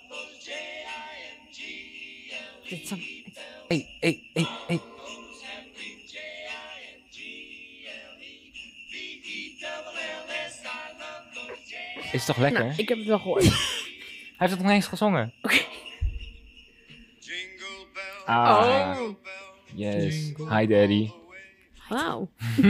Dit is dan... Hey. Is toch lekker? Nou, ik heb het wel gehoord. Hij heeft het nog eens gezongen. Oké. Ah, Oh. yes. Hi, daddy. Wauw.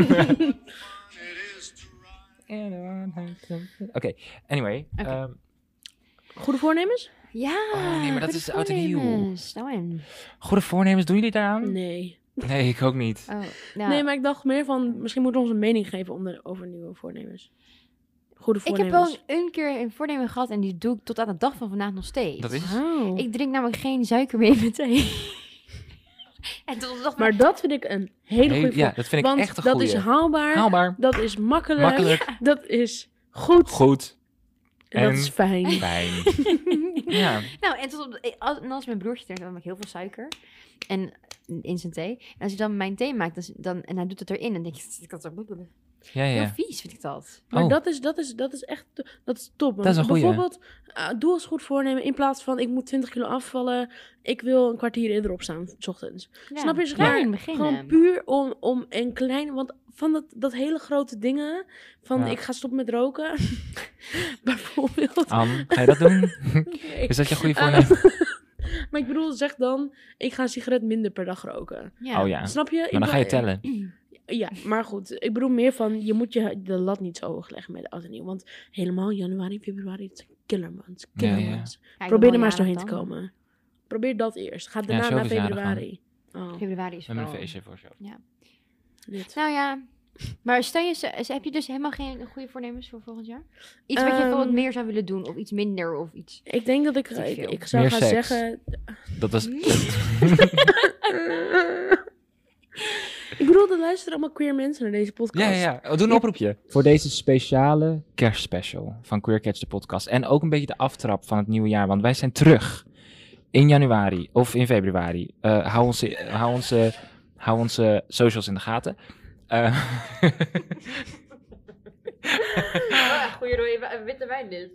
Oké, anyway. Oké. Goede voornemens? Ja. Oh, nee, maar dat is oud en nieuw. voornemens. Nou en... Goede voornemens, doen jullie daaraan? Nee. Nee, ik ook niet. Oh, nou, Nee, maar ik dacht meer van, misschien moeten we ons een mening geven over nieuwe voornemens. Goede ik heb voornemens. wel een keer een voornemen gehad en die doe ik tot aan de dag van vandaag nog steeds. Dat is... Wauw. Ik drink namelijk geen suiker meer in mijn thee. En tot op de dag van... Maar dat vind ik een hele goede Ja, dat vind ik Want echt een dat goeie. is haalbaar, Haalbaar, dat is makkelijk, makkelijk, dat is goed, goed, en dat en- is fijn. fijn. Ja, Nou, en tot op de, als mijn broertje drinkt, dan maak ik heel veel suiker. En in zijn thee. En als hij dan mijn thee maakt, en hij doet het erin, dan denk ik dat is ja, heel ja. vies, vind ik dat. Maar Oh. dat is echt, dat is top. Dat is een goeie. Bijvoorbeeld, doe als goed voornemen, in plaats van ik moet 20 kilo afvallen, ik wil een kwartier eerder opstaan, 's ochtends. Ja, Snap je? Zeg klein maar, beginnen. gewoon puur om een klein, want van dat hele grote dingen, van Ja. ik ga stoppen met roken, bijvoorbeeld. Anne, ga je dat doen? Nee. Is dat je goede voornemen? Maar ik bedoel, zeg dan, ik ga een sigaret minder per dag roken. Ja. Oh ja, Snap je? maar dan ga je tellen. Ja, maar goed. Ik bedoel meer van, je moet je de lat niet zo hoog leggen met de oud en nieuw. Want helemaal januari, februari, het is een killer maand. Killer Ja, ja. maand. Ja, ik Probeer ben er maar wel eens doorheen te jarig dan. komen. Probeer dat eerst. Ga Ja, daarna zo naar is jarig februari. Oh, Februari is Met een wel- feestje voor zo. dit. Nou ja, maar stel je, heb je dus helemaal geen goede voornemens voor volgend jaar? Iets wat je bijvoorbeeld meer zou willen doen, of iets minder, of iets... Ik denk dat ik Weet ik veel. ik zou Meer gaan seks. zeggen... Dat was... Ik bedoel, er luisteren allemaal queer mensen naar deze podcast. Ja. Oh, doe een oproepje. Voor deze speciale kerstspecial van Queer Catch de podcast. En ook een beetje de aftrap van het nieuwe jaar. Want wij zijn terug in januari of in februari. Hou onze socials in de gaten. Goeie rode witte wijn dit.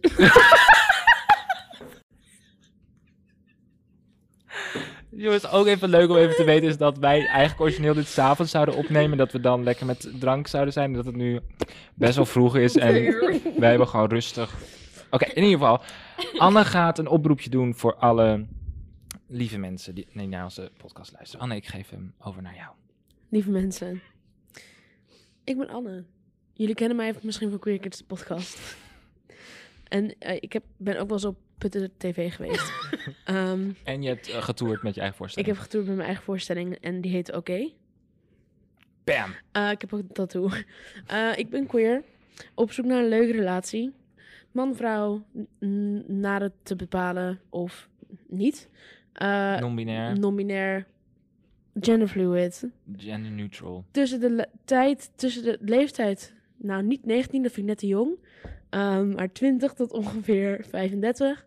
Jongens, ook even leuk om even te weten is dat wij eigenlijk origineel dit 's avonds zouden opnemen. Dat we dan lekker met drank zouden zijn. Dat het nu best wel vroeg is en wij hebben gewoon rustig. Oké, in ieder geval. Anne gaat een oproepje doen voor alle lieve mensen die naar onze podcast luisteren. Anne, ik geef hem over naar jou. Lieve mensen. Ik ben Anne. Jullie kennen mij misschien van Queer Kids de podcast. En ik ben ook wel eens op Putten TV geweest. En je hebt getoerd met je eigen Ik voorstelling. heb getoerd met mijn eigen voorstelling en die heet Oké. Bam! Ik heb ook een tattoo. Ik ben queer. Op zoek naar een leuke relatie. Man, vrouw, naar het te bepalen of niet. Non-binair, Non-binair. Genderfluid. gender neutral. Tussen de leeftijd, nou niet 19, dat vind ik net te jong. Maar 20 tot ongeveer 35.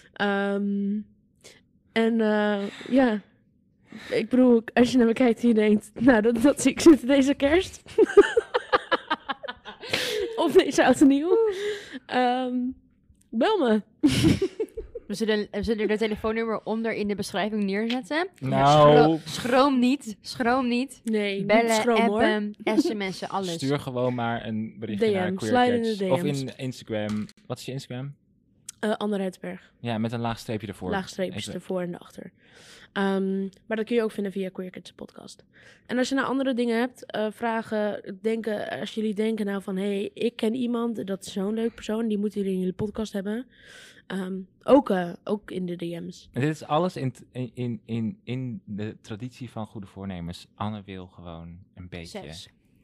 Ja, ik bedoel, als je naar me kijkt en je denkt, nou dat zie ik zitten deze kerst. Of deze oud en nieuw. Bel me. We zullen de telefoonnummer onder in de beschrijving neerzetten. Nou, Schroom niet. Nee, Bellen, niet schroom, hoor. appen, sms'en, alles. stuur gewoon maar een berichtje naar DM, slide in de Queer Catch. Of DM's. in Instagram. Wat is je Instagram? Anne Rijtsberg. Ja, met een laag streepje ervoor. Laagstreepjes Even- ervoor en erachter. Maar dat kun je ook vinden via Queer Kids podcast. En als je nou andere dingen hebt, vragen, denken, als jullie denken nou van, hey, ik ken iemand, dat is zo'n leuk persoon, die moeten jullie in jullie podcast hebben. Ook in de DM's. En dit is alles in de traditie van goede voornemens. Anne wil gewoon een beetje. Seks.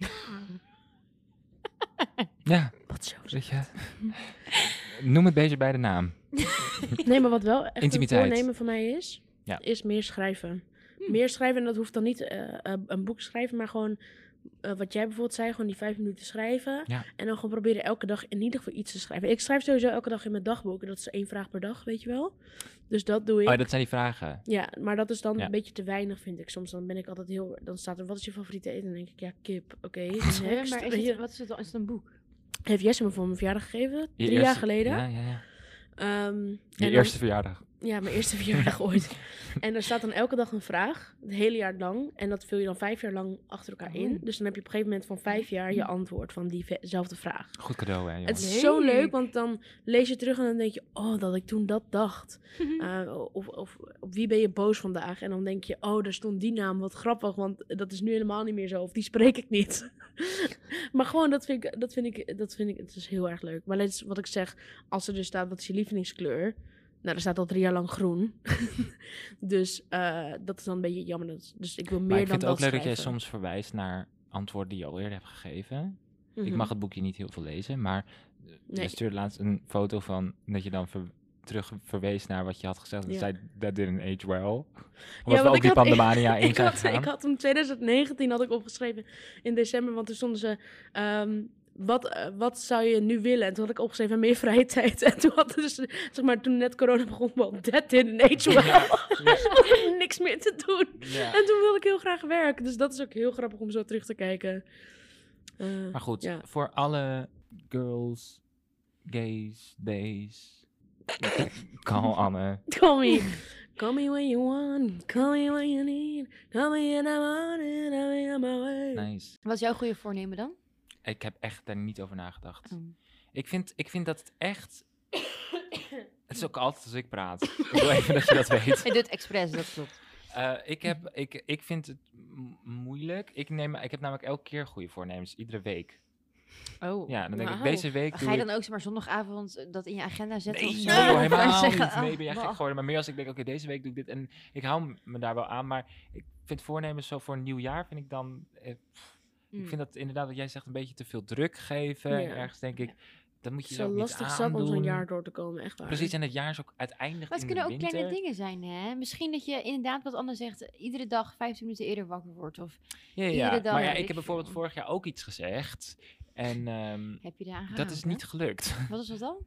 Ja, Wat zo. weet je. Noem het beter bij de naam. Nee, maar wat wel echt Intimiteit. een voornemen van mij is, Ja. is meer schrijven. Meer schrijven, en dat hoeft dan niet een boek schrijven, maar gewoon wat jij bijvoorbeeld zei, gewoon die 5 minuten schrijven. Ja. En dan gewoon proberen elke dag in ieder geval iets te schrijven. Ik schrijf sowieso elke dag in mijn dagboek. En dat is 1 vraag per dag, weet je wel. Dus dat doe ik. Oh, ja, dat zijn die vragen. Ja, maar dat is dan Ja. een beetje te weinig, vind ik. Soms dan ben ik altijd heel... Dan staat er, wat is je favoriete eten? En dan denk ik, ja, kip. Oké, next. Maar Weet je, wat is het dan? Is het een boek? heeft Jesse me voor mijn verjaardag gegeven. Je 3 eerste- jaar geleden. Ja, ja, ja. En Je dan- eerste verjaardag. Ja, mijn eerste verjaardag ooit. En er staat dan elke dag een vraag, het hele jaar lang. En dat vul je dan 5 jaar lang achter elkaar in. Dus dan heb je op een gegeven moment van 5 jaar je antwoord van diezelfde vraag. Goed cadeau, hè, jongen. Het is Leuk. zo leuk, want dan lees je terug en dan denk je... Oh, dat ik toen dat dacht. Of op wie ben je boos vandaag? En dan denk je, oh, daar stond die naam, wat grappig. Want dat is nu helemaal niet meer zo. Of die spreek ik niet. Maar gewoon, dat vind ik, het is heel erg leuk. Maar net is wat ik zeg, als er dus staat, wat is je lievelingskleur? Nou, er staat al 3 jaar lang groen. Dus dat is dan een beetje jammer. Dus ik wil meer Maar ik dan vind het ook dat leuk dat jij schrijven. soms verwijst naar antwoorden die je al eerder hebt gegeven. Ik Mhm. mag het boekje niet heel veel lezen, maar Nee. je stuurde laatst een foto van dat je dan terug verwees naar wat je had gezegd. En Ja. zei, that didn't age well. Omdat want we ook ik die had- pandemania in ik zijn had, gegaan. ik had in 2019 had ik opgeschreven in december, want toen stonden ze... wat zou je nu willen? En toen had ik opgeschreven meer vrije tijd. En toen had dus, zeg maar, toen net corona begon, well, that didn't age well. Dus ik had niks meer te doen. Ja. En toen wilde ik heel graag werken. Dus dat is ook heel grappig om zo terug te kijken. Maar goed, ja. voor alle girls, gays, days, call Anne. Call me when you want. Call me when you need. Call me in the morning. I'll be on my way. Nice. Wat is jouw goede voornemen dan? Ik heb echt daar niet over nagedacht. Oh. Ik vind dat het echt... Het is ook altijd als ik praat. Ik wil even dat je dat weet. Hij doet expres, dat klopt. Ik vind het moeilijk. Ik heb namelijk elke keer goede voornemens. Iedere week. Oh. Ja, dan denk ik, Wauw. deze week Ga doe je ik... dan ook zeg maar zondagavond dat in je agenda zetten? Nee, of zo? nee hoor, Of helemaal zeggen, niet. Nee, ben jij gek wacht. geworden. Maar meer als ik denk, oké, deze week doe ik dit. En ik hou me daar wel aan. Maar ik vind voornemens zo voor een nieuw jaar, vind ik dan... Ik vind dat inderdaad, wat jij zegt, een beetje te veel druk geven. Ja. En ergens denk ik, dat moet je Zo zo niet lastig zat om zo'n aandoen. jaar door te komen, echt waar. Precies, en het jaar is ook uiteindelijk Maar het in de kunnen ook winter. kleine dingen zijn, hè? Misschien dat je inderdaad wat anders zegt, iedere dag 15 minuten eerder wakker wordt. Of Ja, iedere ja. dag, Maar ja, weet ik ik heb bijvoorbeeld veel. vorig jaar ook iets gezegd. En heb je daar aan dat is niet gelukt. Wat is dat dan?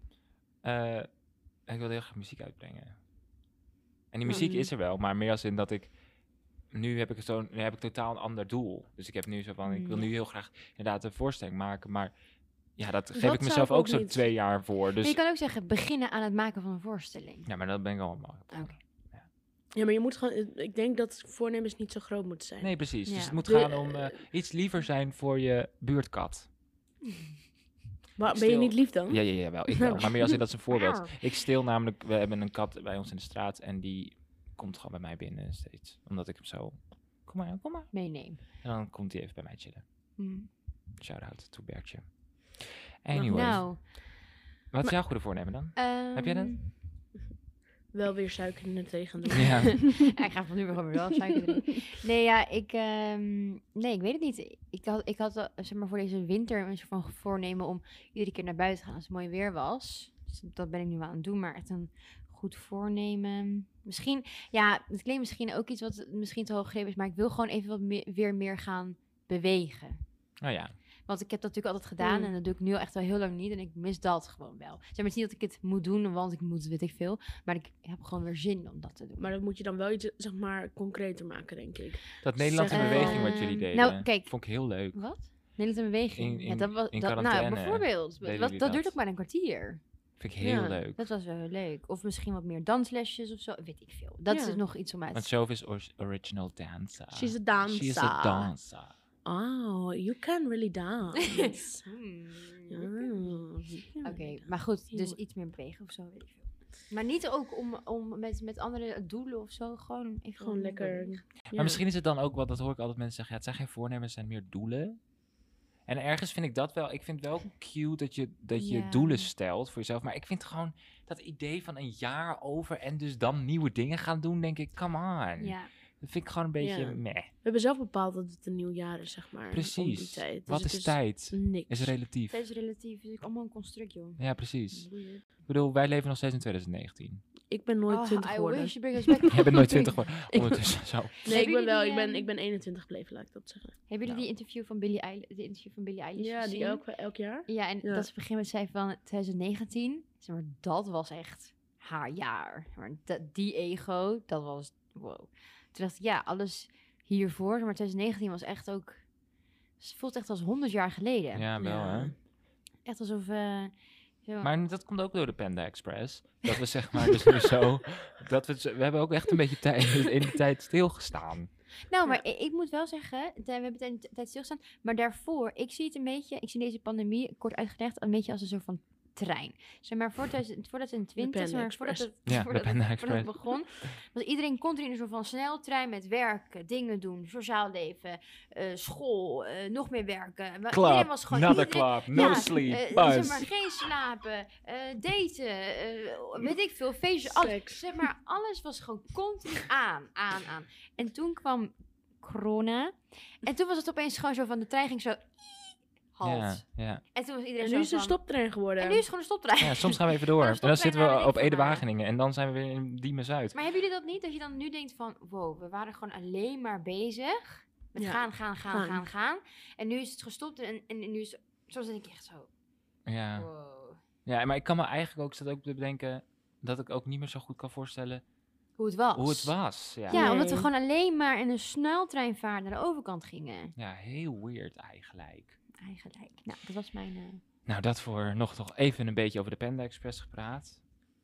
Ik wilde heel graag muziek uitbrengen. En die muziek is er wel, maar meer als in dat ik... Nu heb ik totaal een ander doel. Dus ik heb nu zo van, ik wil nu heel graag inderdaad een voorstelling maken. Maar ja, dat geef Dat ik zou mezelf ik ook ook zo niet. 2 jaar voor. Maar Dus je kan ook zeggen, beginnen aan het maken van een voorstelling. ja, maar dat ben ik allemaal. Oké. Ja, maar je moet gewoon... Ik denk dat voornemens niet zo groot moeten zijn. Nee, precies. Ja. Dus het moet De- gaan om iets liever zijn voor je buurtkat. Maar ben je Stil. niet lief dan? Ja, wel. Ik wel. Maar meer als in dat is een voorbeeld. Ik steel namelijk, we hebben een kat bij ons in de straat en die komt gewoon bij mij binnen steeds. Omdat ik hem zo, kom maar. Meeneem. En dan komt hij even bij mij chillen. Hm. Shout-out to Bertje. Anyway, Nou, wat is jouw goede voornemen dan? Heb jij dat? Wel weer suiker in het thee gaan doen. Ja. Ja, ik ga van nu weer gewoon wel suiker drinken. Nee, ja, ik weet het niet. Ik had zeg maar voor deze winter een soort van voornemen om iedere keer naar buiten te gaan als het mooi weer was. Dus dat ben ik nu wel aan het doen, maar echt een goed voornemen. Misschien, ja, het klinkt misschien ook iets wat misschien te hoog gegrepen is, maar ik wil gewoon even wat weer meer gaan bewegen. Oh ja. Want ik heb dat natuurlijk altijd gedaan en dat doe ik nu echt al heel lang niet. En ik mis dat gewoon wel. Zeg maar, het is niet dat ik het moet doen, want ik moet, weet ik veel. Maar ik heb gewoon weer zin om dat te doen. Maar dan moet je dan wel iets, zeg maar, concreter maken, denk ik. Dat Nederlandse Zeg- beweging wat jullie deden, nou, kijk. vond ik heel leuk. Wat? Nederlandse beweging. In ja, dat was, in nou, quarantaine bijvoorbeeld. deden Dat jullie duurt dat. ook maar een kwartier. Vind ik heel Ja, leuk. Dat was wel heel leuk. Of misschien wat meer danslesjes of zo. Weet ik veel. Dat Ja. is nog iets om uit te Want Shove is original dancer. She's a dancer. She is a dancer. Oh, you can really dance. Oké, maar goed. Dus iets meer bewegen of zo. Weet ik veel. Maar niet ook om met andere doelen of zo. Gewoon lekker. bewegen. Maar misschien is het dan ook wel, dat hoor ik altijd mensen zeggen, ja, het zijn geen voornemens, het zijn meer doelen. En ergens vind ik dat wel, ik vind het wel cute dat je Ja. doelen stelt voor jezelf. Maar ik vind gewoon dat idee van een jaar over en dus dan nieuwe dingen gaan doen, denk ik, come on. Ja. Dat vind ik gewoon een beetje Ja. meh. We hebben zelf bepaald dat het een nieuw jaar is, zeg maar. Om die Precies. tijd. Dus Wat het is tijd? Niks. Is relatief. Tijd is relatief. Het is allemaal een construct, joh. Ja, precies. Boeien. Ik bedoel, wij leven nog steeds in 2019. Ik ben nooit 20 I geworden. wish you bring us back. Jij bent nooit 20 geworden. Ondertussen zo. Nee, ik Hebben ben wel. jullie die, Ik ben 21 gebleven, laat ik dat zeggen. Hebben jullie Nou. die interview van Billie Eilish Ja, gezien? die elk jaar. Ja, en Ja. dat ze op een gegeven moment zei van 2019. Zeg maar, dat was echt haar jaar. Maar die ego, dat was wow. Toen dacht ik, ja, alles hiervoor. Maar 2019 was echt ook... Het voelt echt als 100 jaar geleden. Ja, wel Ja. hè. Echt alsof... zo... Maar dat komt ook door de Panda Express. Dat we zeg maar dus nu zo... We hebben ook echt een beetje in de tijd stilgestaan. Nou, maar ik moet wel zeggen, we hebben tijd stilgestaan. Maar daarvoor, ik zie het een beetje, ik zie deze pandemie, kort uitgelegd, een beetje als een soort van trein. Zeg maar, voor 2020, zeg maar, voordat het, Ja, de voordat Panda het, voordat het Express. begon, was iedereen continu in een soort van sneltrein met werken, dingen doen, sociaal leven, school, nog meer werken. Maar iedereen was gewoon... another iedereen- club, no ja, sleep, zeg buzz. maar, geen slapen, daten, weet ik veel, feestjes, alles. Seks. Zeg maar, alles was gewoon continu aan. En toen kwam corona. En toen was het opeens gewoon zo van, de trein ging zo... Halt. Ja, ja. En toen was iedereen En zo nu is het een van... stoptrein geworden. En nu is het gewoon een stoptrein. Ja, soms gaan we even door. Maar En dan dan stopt zitten we bijna op niks Ede van haar. Wageningen. En dan zijn we weer in Diemen-Zuid. Maar hebben jullie dat niet? Dat je dan nu denkt van... Wow, we waren gewoon alleen maar bezig. Met Ja. gaan. En nu is het gestopt. En nu is... Zo zit ik echt zo... Ja. Wow. Ja, maar ik kan me eigenlijk ook, zat ook te bedenken dat ik ook niet meer zo goed kan voorstellen Hoe het was. hoe het was. Ja, Ja, Nee. omdat we gewoon alleen maar in een sneltreinvaart naar de overkant gingen. ja heel weird eigenlijk. Eigenlijk. Nou, dat was mijn... Nou, dat voor nog toch even een beetje over de Panda Express gepraat.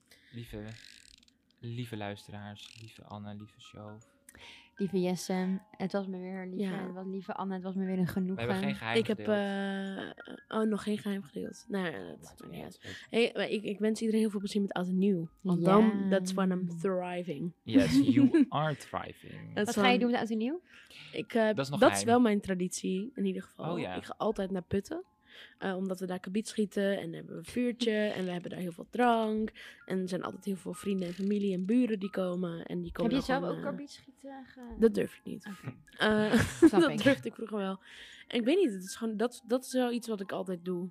Lieve luisteraars, lieve Anne, lieve Show. Lieve Jesse, het was me weer lieve Anne, het was me weer een We genoegen. hebben geen geheim Ik heb gedeeld. nog geen geheim gedeeld. Nou ja, dat Maakt maakt niet niet uit. uit. Hey, maar ik wens iedereen heel veel plezier met oud en nieuw. Want Ja. dan, that's when I'm thriving. Yes, you are thriving. Dat Wat is ga je van- doen met oud en nieuw? Dat is nog dat is geheim. wel mijn traditie, in ieder geval. Oh ja. Ik ga altijd naar Putten. Omdat we daar kabiet schieten en dan hebben we een vuurtje en we hebben daar heel veel drank. En er zijn altijd heel veel vrienden en familie en buren die komen. En die komen Heb je dan zelf gewoon, ook karbietschieten gedaan? Dat durf ik niet. Oké. Snap Dat ik. durfde ik vroeger wel. En ik weet niet, het is gewoon, dat is wel iets wat ik altijd doe.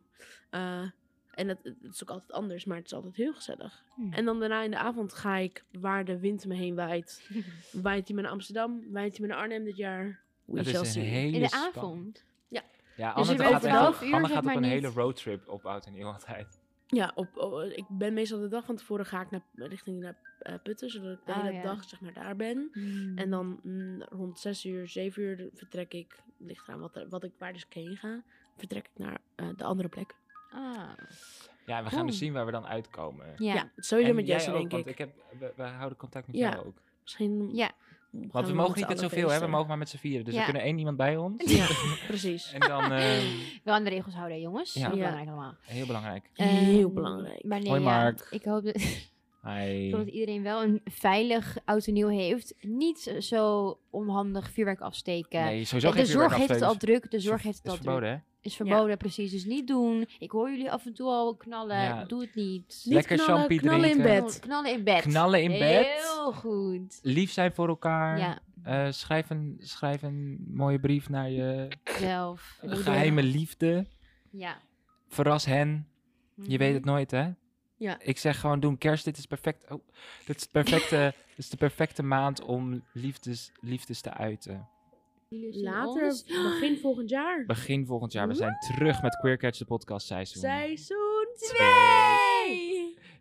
En het is ook altijd anders, maar het is altijd heel gezellig. En dan daarna in de avond ga ik waar de wind me heen waait. Waait hij me naar Amsterdam? Waait hij me naar Arnhem dit jaar? We Het shall is een see. hele In de span- avond? Ja, Dus Anne je bent gaat, een echt half op, uur, Anne zeg gaat op maar, een niet. hele roadtrip op oud en nieuw altijd. Ja, ik ben meestal de dag van tevoren ga ik richting naar Putten, zodat ik de Oh, hele ja. dag zeg maar daar ben. En dan rond 6 uur, 7 uur vertrek ik, ligt eraan waar dus ik heen ga, vertrek ik naar de andere plek. Ah. Ja, we gaan Cool. dus zien waar we dan uitkomen. Ja. Sowieso En met jij Jesse, ook, denk want ik. we houden contact met Ja. jou ook. Misschien Ja. Want we mogen niet met zoveel, hè? We mogen maar met z'n vieren. Dus Ja. er kunnen 1 iemand bij ons. Ja, precies. En dan, Wel aan de regels houden, hè, jongens. Ja. Dat is Ja. belangrijk allemaal. heel belangrijk. Heel Ehm, belangrijk. Maar nee, Hoi, ja, Mark. ik hoop dat, Hi. dat iedereen wel een veilig oud en nieuw heeft. Niet zo onhandig vuurwerk afsteken. Nee, sowieso de geen zorg heeft het vuurwerk al druk. De zorg heeft het is al verboden, druk. hè? Is verboden, precies. Dus niet doen. Ik hoor jullie af en toe al knallen. Ja. Doe het niet. Niet Lekker knallen, champie knallen in drinken. bed. Knallen in bed. Knallen in bed. Heel goed. Lief zijn voor elkaar. Ja, Schrijf een mooie brief naar je zelf. geheime liefde. Ja. Verras hen. Je weet het nooit, hè? Ja. Ik zeg gewoon doen kerst. Dit is perfect. Oh, dit is het perfecte, dit is de perfecte maand om liefdes te uiten. Later, begin volgend jaar. Begin volgend jaar. We zijn terug met Queer Catch, de podcast seizoen. Seizoen 2.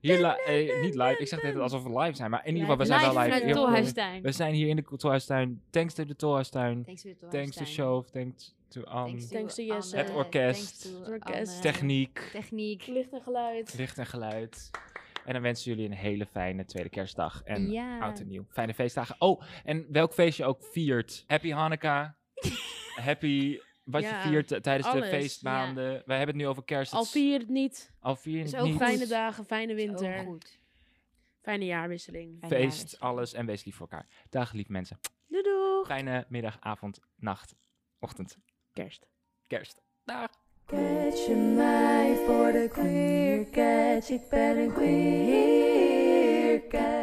Hier niet live, ik zeg dit alsof we live zijn, maar in ieder geval, we zijn Live wel live. vanuit de Tolhuistuin. We zijn hier in de Tolhuistuin. Thanks to de Tolhuistuin. Thanks to the Thanks to Tolhuistuin. show. Thanks to Thanks to Jesse. Het orkest. Thanks to Het orkest. Anne. Techniek, Techniek. Licht en geluid. licht en geluid. En dan wensen jullie een hele fijne tweede kerstdag en Ja. oud en nieuw. Fijne feestdagen. Oh, en welk feest je ook viert. Happy Hanukkah. Happy wat Ja, je viert tijdens de alles. feestmaanden. Wij hebben het nu over kerst. Al vier het niet. Al vier je Is het ook niet. goed. Fijne dagen, fijne Ook winter. goed. Fijne jaarwisseling. Fijne Feest, jaarwisseling. alles en wees lief voor elkaar. Dag lief mensen. Doei doeg. Fijne middag, avond, nacht, ochtend, Kerst. kerst. Dag. Catch je mij voor de queer catch, ik ben een queer catch.